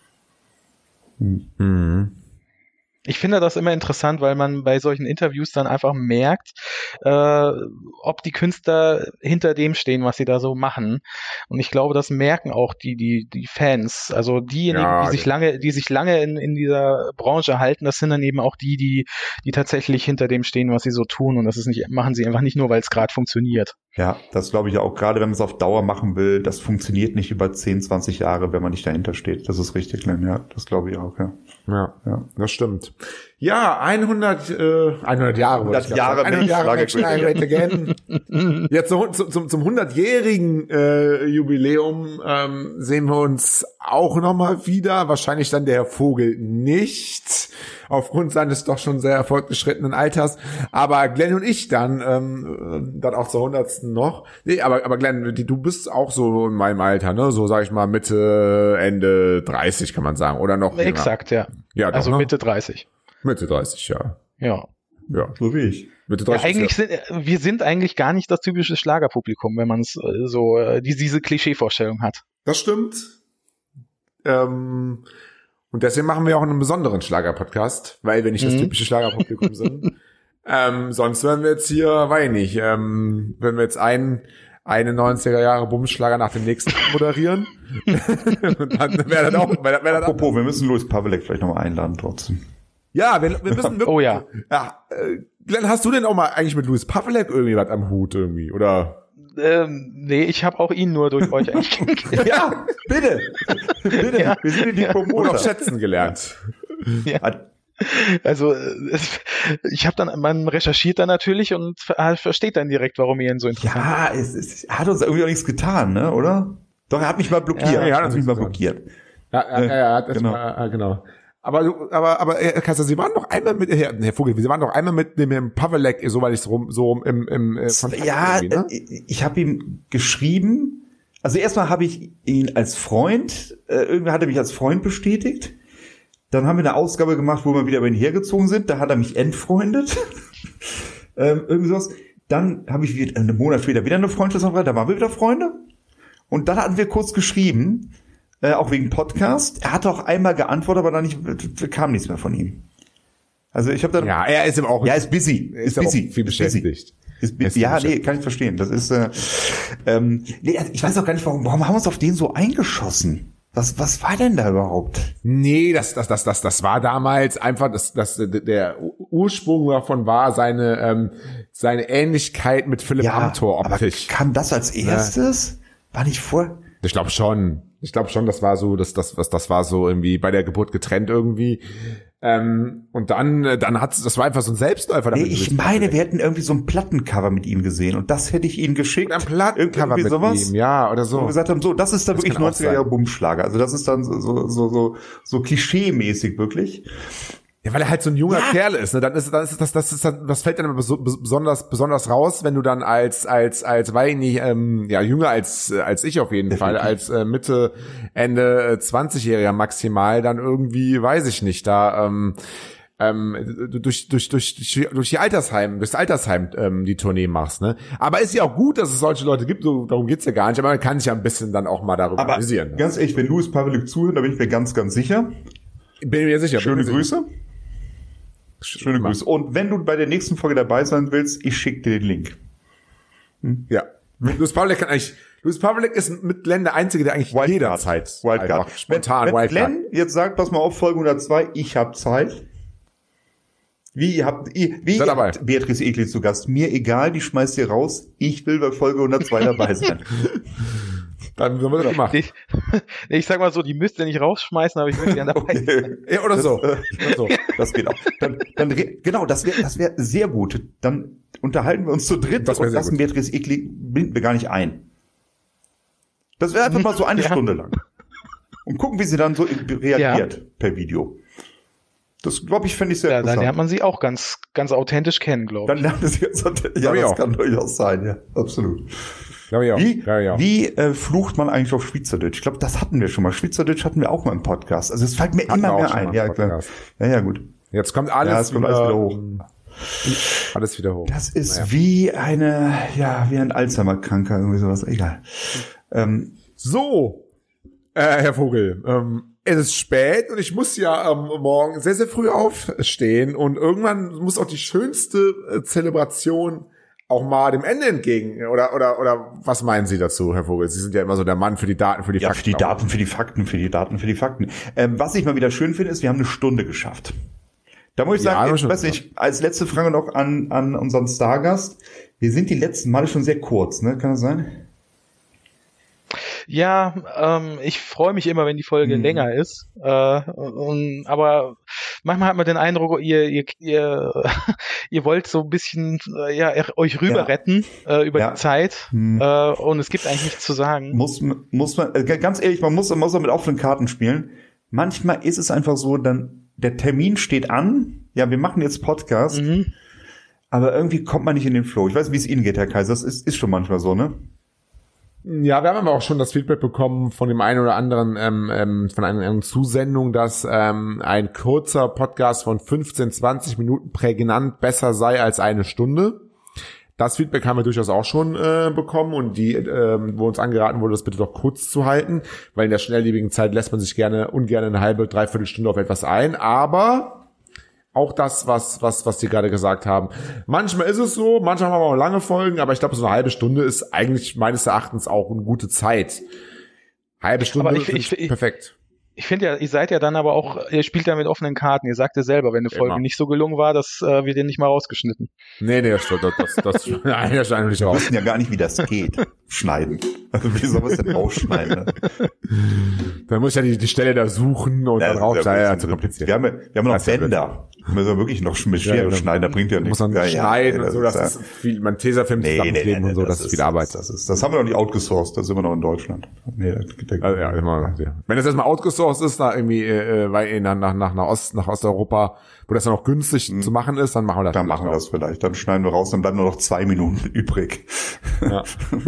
Ich finde das immer interessant, weil man bei solchen Interviews dann einfach merkt, ob die Künstler hinter dem stehen, was sie da so machen. Und ich glaube, das merken auch die Fans. Also diejenigen, die sich lange in dieser Branche halten, das sind dann eben auch die tatsächlich hinter dem stehen, was sie so tun. Und machen sie einfach nicht nur, weil es gerade funktioniert. Ja, das glaube ich auch. Gerade wenn man es auf Dauer machen will, das funktioniert nicht über 10, 20 Jahre, wenn man nicht dahinter steht. Das ist richtig, Glenn. Ja, das glaube ich auch, ja. Ja, das stimmt. Ja, 100 Jahre. 100 Jahre Make Schlager Great Again. Jetzt zum 100-jährigen Jubiläum sehen wir uns auch nochmal wieder. Wahrscheinlich dann der Herr Vogel nicht, aufgrund seines doch schon sehr fortgeschrittenen Alters. Aber Glenn und ich dann auch zur 100. noch. Nee, aber Glenn, du bist auch so in meinem Alter, ne? So sag ich mal Mitte, Ende 30 kann man sagen. Oder noch länger. Exakt, ja. Ja, doch, also ne? Mitte 30. Mitte 30, ja. Ja. Ja, so wie ich. Mitte 30. Ja, wir sind eigentlich gar nicht das typische Schlagerpublikum, wenn man es diese Klischeevorstellung hat. Das stimmt. Und deswegen machen wir auch einen besonderen Schlager-Podcast, weil wir nicht das typische Schlagerpublikum sind. Sonst wären wir jetzt hier, weiß ich nicht, wenn wir jetzt eine 90er Jahre Bumsschlager nach dem nächsten moderieren. Und dann wäre das auch. Apropos, wir müssen Louis Pawelek vielleicht nochmal einladen trotzdem. Ja, wir müssen wirklich. Oh ja. Glenn, hast du denn auch mal eigentlich mit Louis Pawelek irgendwie was am Hut irgendwie, oder? Nee, ich habe auch ihn nur durch euch eigentlich kennengelernt. Ja, bitte. Ja. Wir sind in die Promoter. Oder schätzen gelernt. Ja. Also ich habe man recherchiert dann natürlich und versteht dann direkt, warum ihr ihn so interessiert. Ja, es hat uns irgendwie auch nichts getan, ne, oder? Doch, er hat mich mal blockiert. Ja, er hat mich mal blockiert. Ja, genau. Genau. Aber Herr Kaiser, Sie waren doch einmal mit Herr Vogel, Sie waren doch einmal mit dem Pawelek, soweit ich so im Kontakt. Ja, ne? Ich habe ihm geschrieben. Also erstmal habe ich ihn als Freund, irgendwie hat er mich als Freund bestätigt. Dann haben wir eine Ausgabe gemacht, wo wir wieder über ihn hergezogen sind. Da hat er mich entfreundet. Irgendwie sowas. Dann habe ich einen Monat später wieder eine Freundschaft, da waren wir wieder Freunde. Und dann hatten wir kurz geschrieben, auch wegen Podcast. Er hat auch einmal geantwortet, aber dann kam nichts mehr von ihm. Also ich habe dann. Ja, er ist eben auch. Ja, ist busy. Ist busy. Viel beschäftigt. Nee, kann ich verstehen. Das ist. Ich weiß auch gar nicht, warum haben wir uns auf den so eingeschossen? Was war denn da überhaupt? Nee, das war damals einfach, der Ursprung davon war seine Ähnlichkeit mit Philipp Amthor optisch. Aber kam das als erstes? War nicht vor? Ich glaube schon, das war so, das war so irgendwie bei der Geburt getrennt irgendwie. Und dann das war einfach so ein Selbstläufer. Nee, ich meine, wir hätten irgendwie so ein Plattencover mit ihm gesehen und das hätte ich ihnen geschickt. Ein Plattencover mit sowas, ihm, ja, oder so. Und wir gesagt haben, so, das ist dann wirklich 90er Jahre Bumschlager. Also das ist dann so klischee-mäßig wirklich. Ja, weil er halt so ein junger Kerl ist, ne? Das fällt dann besonders raus, wenn du dann als weil ich nicht, jünger als ich auf jeden Fall, als Mitte, Ende 20-Jähriger maximal, dann irgendwie, weiß ich nicht, da durch durchs Altersheim die Tournee machst, ne? Aber ist ja auch gut, dass es solche Leute gibt, so, darum geht's ja gar nicht, aber man kann sich ja ein bisschen dann auch mal darüber amüsieren. Ne? Ganz ehrlich, wenn Louis Pawelek zuhört, da bin ich mir ganz, ganz sicher. Bin mir sicher. Schöne Grüße. Schöne Grüße. Und wenn du bei der nächsten Folge dabei sein willst, ich schicke dir den Link. Ja. Louis Pawelek ist mit Glenn der Einzige, der eigentlich jederzeit Wildcard. Spontan wenn Glenn jetzt sagt, pass mal auf, Folge 102, ich habe Zeit. Wie habt Beatrice Egli zu Gast? Mir egal, die schmeißt ihr raus. Ich will bei Folge 102 dabei sein. Dann haben wir das gemacht. Ich sag mal so, die müsst ihr nicht rausschmeißen, aber ich möchte gerne dabei sein. Ja, oder so. Das geht auch. Genau, das wäre sehr gut. Dann unterhalten wir uns zu dritt und lassen Beatrice Egli, binden wir gar nicht ein. Das wäre einfach mal so eine Stunde lang. Und gucken, wie sie dann so reagiert per Video. Das, glaube ich, fände ich sehr interessant. Dann lernt man sie auch ganz, ganz authentisch kennen, glaube ich. Dann lernt man sie ganz authentisch. Ja, das kann durchaus sein, ja. Absolut. Wie flucht man eigentlich auf Schweizerdeutsch? Ich glaube, das hatten wir schon mal. Schweizerdeutsch hatten wir auch mal im Podcast. Also es fällt mir immer mehr ein. Ja, klar. Ja, gut. Jetzt kommt alles wieder hoch. Alles wieder hoch. Das ist wie ein Alzheimer-Kranker, irgendwie sowas. Egal. Herr Vogel, es ist spät und ich muss ja morgen sehr, sehr früh aufstehen und irgendwann muss auch die schönste Zelebration auch mal dem Ende entgegen. Oder was meinen Sie dazu, Herr Vogel? Sie sind ja immer so der Mann für die Daten, für die Fakten. Für die Daten, für die Fakten. Was ich mal wieder schön finde, ist, wir haben eine Stunde geschafft. Da muss ich sagen, als letzte Frage noch an unseren Stargast. Wir sind die letzten Male schon sehr kurz, ne? Kann das sein? Ja, ich freue mich immer, wenn die Folge länger ist. Aber manchmal hat man den Eindruck, ihr wollt so ein bisschen euch rüber retten über die Zeit und es gibt eigentlich nichts zu sagen. Muss man, ganz ehrlich, man muss mit offenen Karten spielen. Manchmal ist es einfach so, dann der Termin steht an, ja, wir machen jetzt Podcast, aber irgendwie kommt man nicht in den Flow. Ich weiß, wie es Ihnen geht, Herr Kaiser, das ist schon manchmal so, ne? Ja, wir haben aber auch schon das Feedback bekommen von dem einen oder anderen, von einer Zusendung, dass ein kurzer Podcast von 15, 20 Minuten prägnant besser sei als eine Stunde. Das Feedback haben wir durchaus auch schon bekommen und wo uns angeraten wurde, das bitte doch kurz zu halten, weil in der schnelllebigen Zeit lässt man sich ungern eine halbe, dreiviertel Stunde auf etwas ein, aber auch das, was die gerade gesagt haben. Manchmal ist es so, manchmal haben wir auch lange Folgen, aber ich glaube, so eine halbe Stunde ist eigentlich meines Erachtens auch eine gute Zeit. Halbe Stunde ist perfekt. Ich finde ja, ihr seid ja dann aber auch, ihr spielt ja mit offenen Karten. Ihr sagt ja selber, wenn eine Folge nicht so gelungen war, dass wir den nicht mal rausgeschnitten. Nee, das stimmt. Das scheint nicht raus. Wir wissen ja gar nicht, wie das geht. Schneiden. Also wie soll man es denn rausschneiden? Ne? Dann muss ich ja die Stelle da suchen und dann rausschneiden. Ja, zu kompliziert. Wir haben noch Bänder. Müssen wir wirklich noch mit Schere schneiden, da bringt ja nichts. Muss man schneiden und so, das ist viel, man Tesafilm zusammenkleben und so, das ist viel Arbeit. Das haben wir noch nicht outgesourced, das sind wir noch in Deutschland. Nee, wenn das erstmal outgesourced ist, nach irgendwie, nach Osteuropa, wo das dann noch günstig zu machen ist, dann machen wir das. Dann machen wir das vielleicht, dann schneiden wir raus, dann bleiben nur noch 2 Minuten übrig. Ja.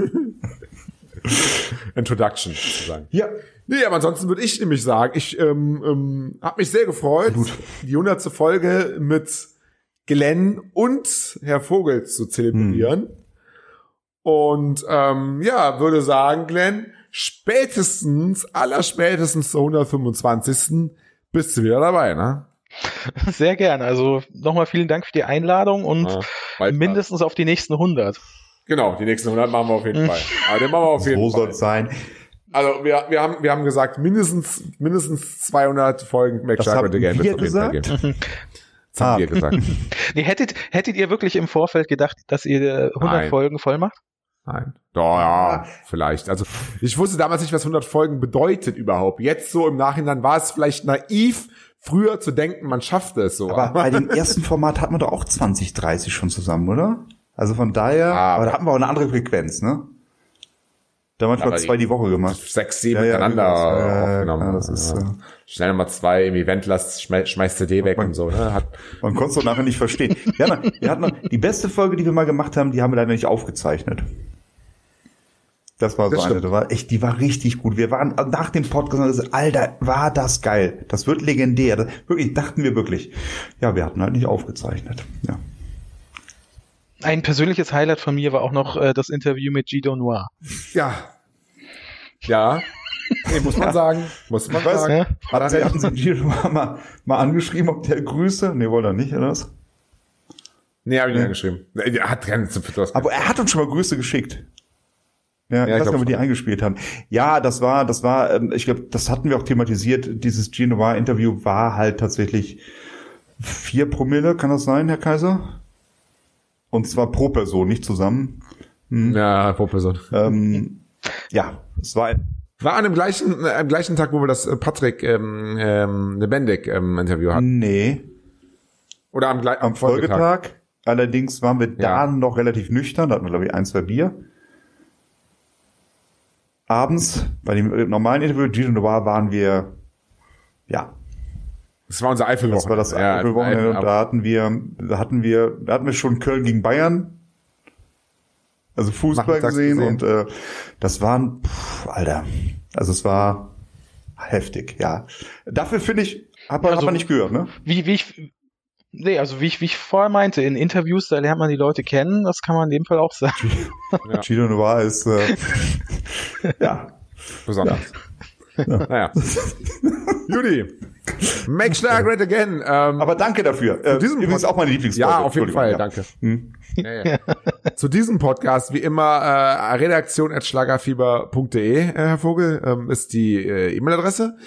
Introduction, sozusagen. Ja. Nee, aber ansonsten würde ich nämlich sagen, ich habe mich sehr gefreut, die 100. Folge mit Glenn und Herr Vogel zu zelebrieren. Und würde sagen, Glenn, allerspätestens zur 125. bist du wieder dabei, ne? Sehr gerne. Also nochmal vielen Dank für die Einladung und mindestens auf die nächsten 100. Genau, die nächsten 100 machen wir auf jeden Fall. Aber den machen wir auf jeden Fall. So soll es sein. Also wir haben gesagt, mindestens 200 Folgen Make Shark Great Again. Das haben wir gesagt? Das haben wir gesagt. Nee, hättet ihr wirklich im Vorfeld gedacht, dass ihr 100 Folgen voll macht? Nein. Doch, ja, vielleicht. Also ich wusste damals nicht, was 100 Folgen bedeutet überhaupt. Jetzt so im Nachhinein war es vielleicht naiv, früher zu denken, man schafft es so. Aber bei dem ersten Format hatten wir doch auch 20, 30 schon zusammen, oder? Also von daher, aber da hatten wir auch eine andere Frequenz, ne? Da haben wir 2 die Woche gemacht. 6, 7 miteinander aufgenommen. Das ist, schnell nochmal 2 im Eventlast, schmeißt CD weg und so. Ne? Man konnte es doch nachher nicht verstehen. Wir hatten noch die beste Folge, die wir mal gemacht haben, die haben wir leider nicht aufgezeichnet. Das war so eine, die war richtig gut. Wir waren nach dem Podcast, Alter, war das geil. Das wird legendär. Das, wirklich, dachten wir wirklich. Ja, wir hatten halt nicht aufgezeichnet. Ja. Ein persönliches Highlight von mir war auch noch das Interview mit Guido Noir. Ja. Nee, muss man sagen. Ja? Hatten Sie Guido Noir mal angeschrieben, ob der Grüße? Nee, wollte er nicht, oder was? Nee, habe ich nicht angeschrieben. Er hat keine Aber er hat uns schon mal Grüße geschickt. Ja, ich weiß nicht, ob wir die eingespielt haben. Ja, das war, ich glaube, das hatten wir auch thematisiert. Dieses Guido Noir Interview war halt tatsächlich 4 Promille, kann das sein, Herr Kaiser? Und zwar pro Person, nicht zusammen. Ja, pro Person. Ja, es war an dem gleichen Tag, wo wir das Patrick Lebendig Interview hatten. Nee. Oder am Folgetag. Allerdings waren wir da noch relativ nüchtern. Da hatten wir, glaube ich, 1, 2 Bier. Abends, bei dem normalen Interview, Guido Noir, waren wir, das war unser Eifelwochenende. Das war das Eifelwochenende und da hatten wir schon Köln gegen Bayern, also Fußball gesehen und das waren, Alter, also es war heftig, ja. Dafür finde ich, hat man nicht gehört, ne? Wie ich vorher meinte, in Interviews, da lernt man die Leute kennen, das kann man in dem Fall auch sagen. Guido Noir ist, besonders. Ja. Naja. Judy. Make Shark Great Again. Aber danke dafür. Übrigens auch meine Lieblingsfolge. Ja, auf jeden Fall, danke. Ja. Zu diesem Podcast, wie immer, redaktion@schlagerfieber.de, Herr Vogel, ist die E-Mail-Adresse.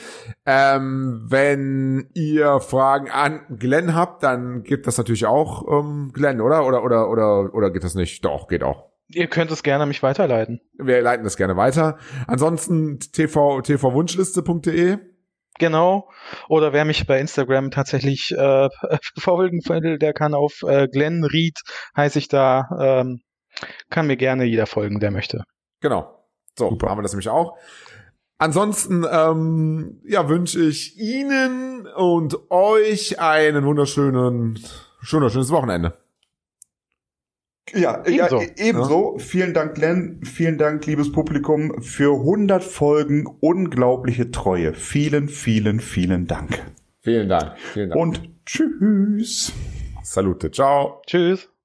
Wenn ihr Fragen an Glenn habt, dann gibt das natürlich auch Glenn, oder? Oder geht das nicht? Doch, geht auch. Ihr könnt es gerne mich weiterleiten. Wir leiten das gerne weiter. Ansonsten tvwunschliste.de. Genau. Oder wer mich bei Instagram tatsächlich verfolgen will, der kann auf Glenn Ried, heiße ich da, kann mir gerne jeder folgen, der möchte. Genau. So, Super. haben wir das nämlich auch. Ansonsten wünsche ich Ihnen und euch einen schönes Wochenende. Ja, Ebenso. Ebenso. Ja. Vielen Dank, Glenn. Vielen Dank, liebes Publikum, für 100 Folgen unglaubliche Treue. Vielen, vielen, vielen Dank. Vielen Dank. Und tschüss. Salute. Ciao. Tschüss.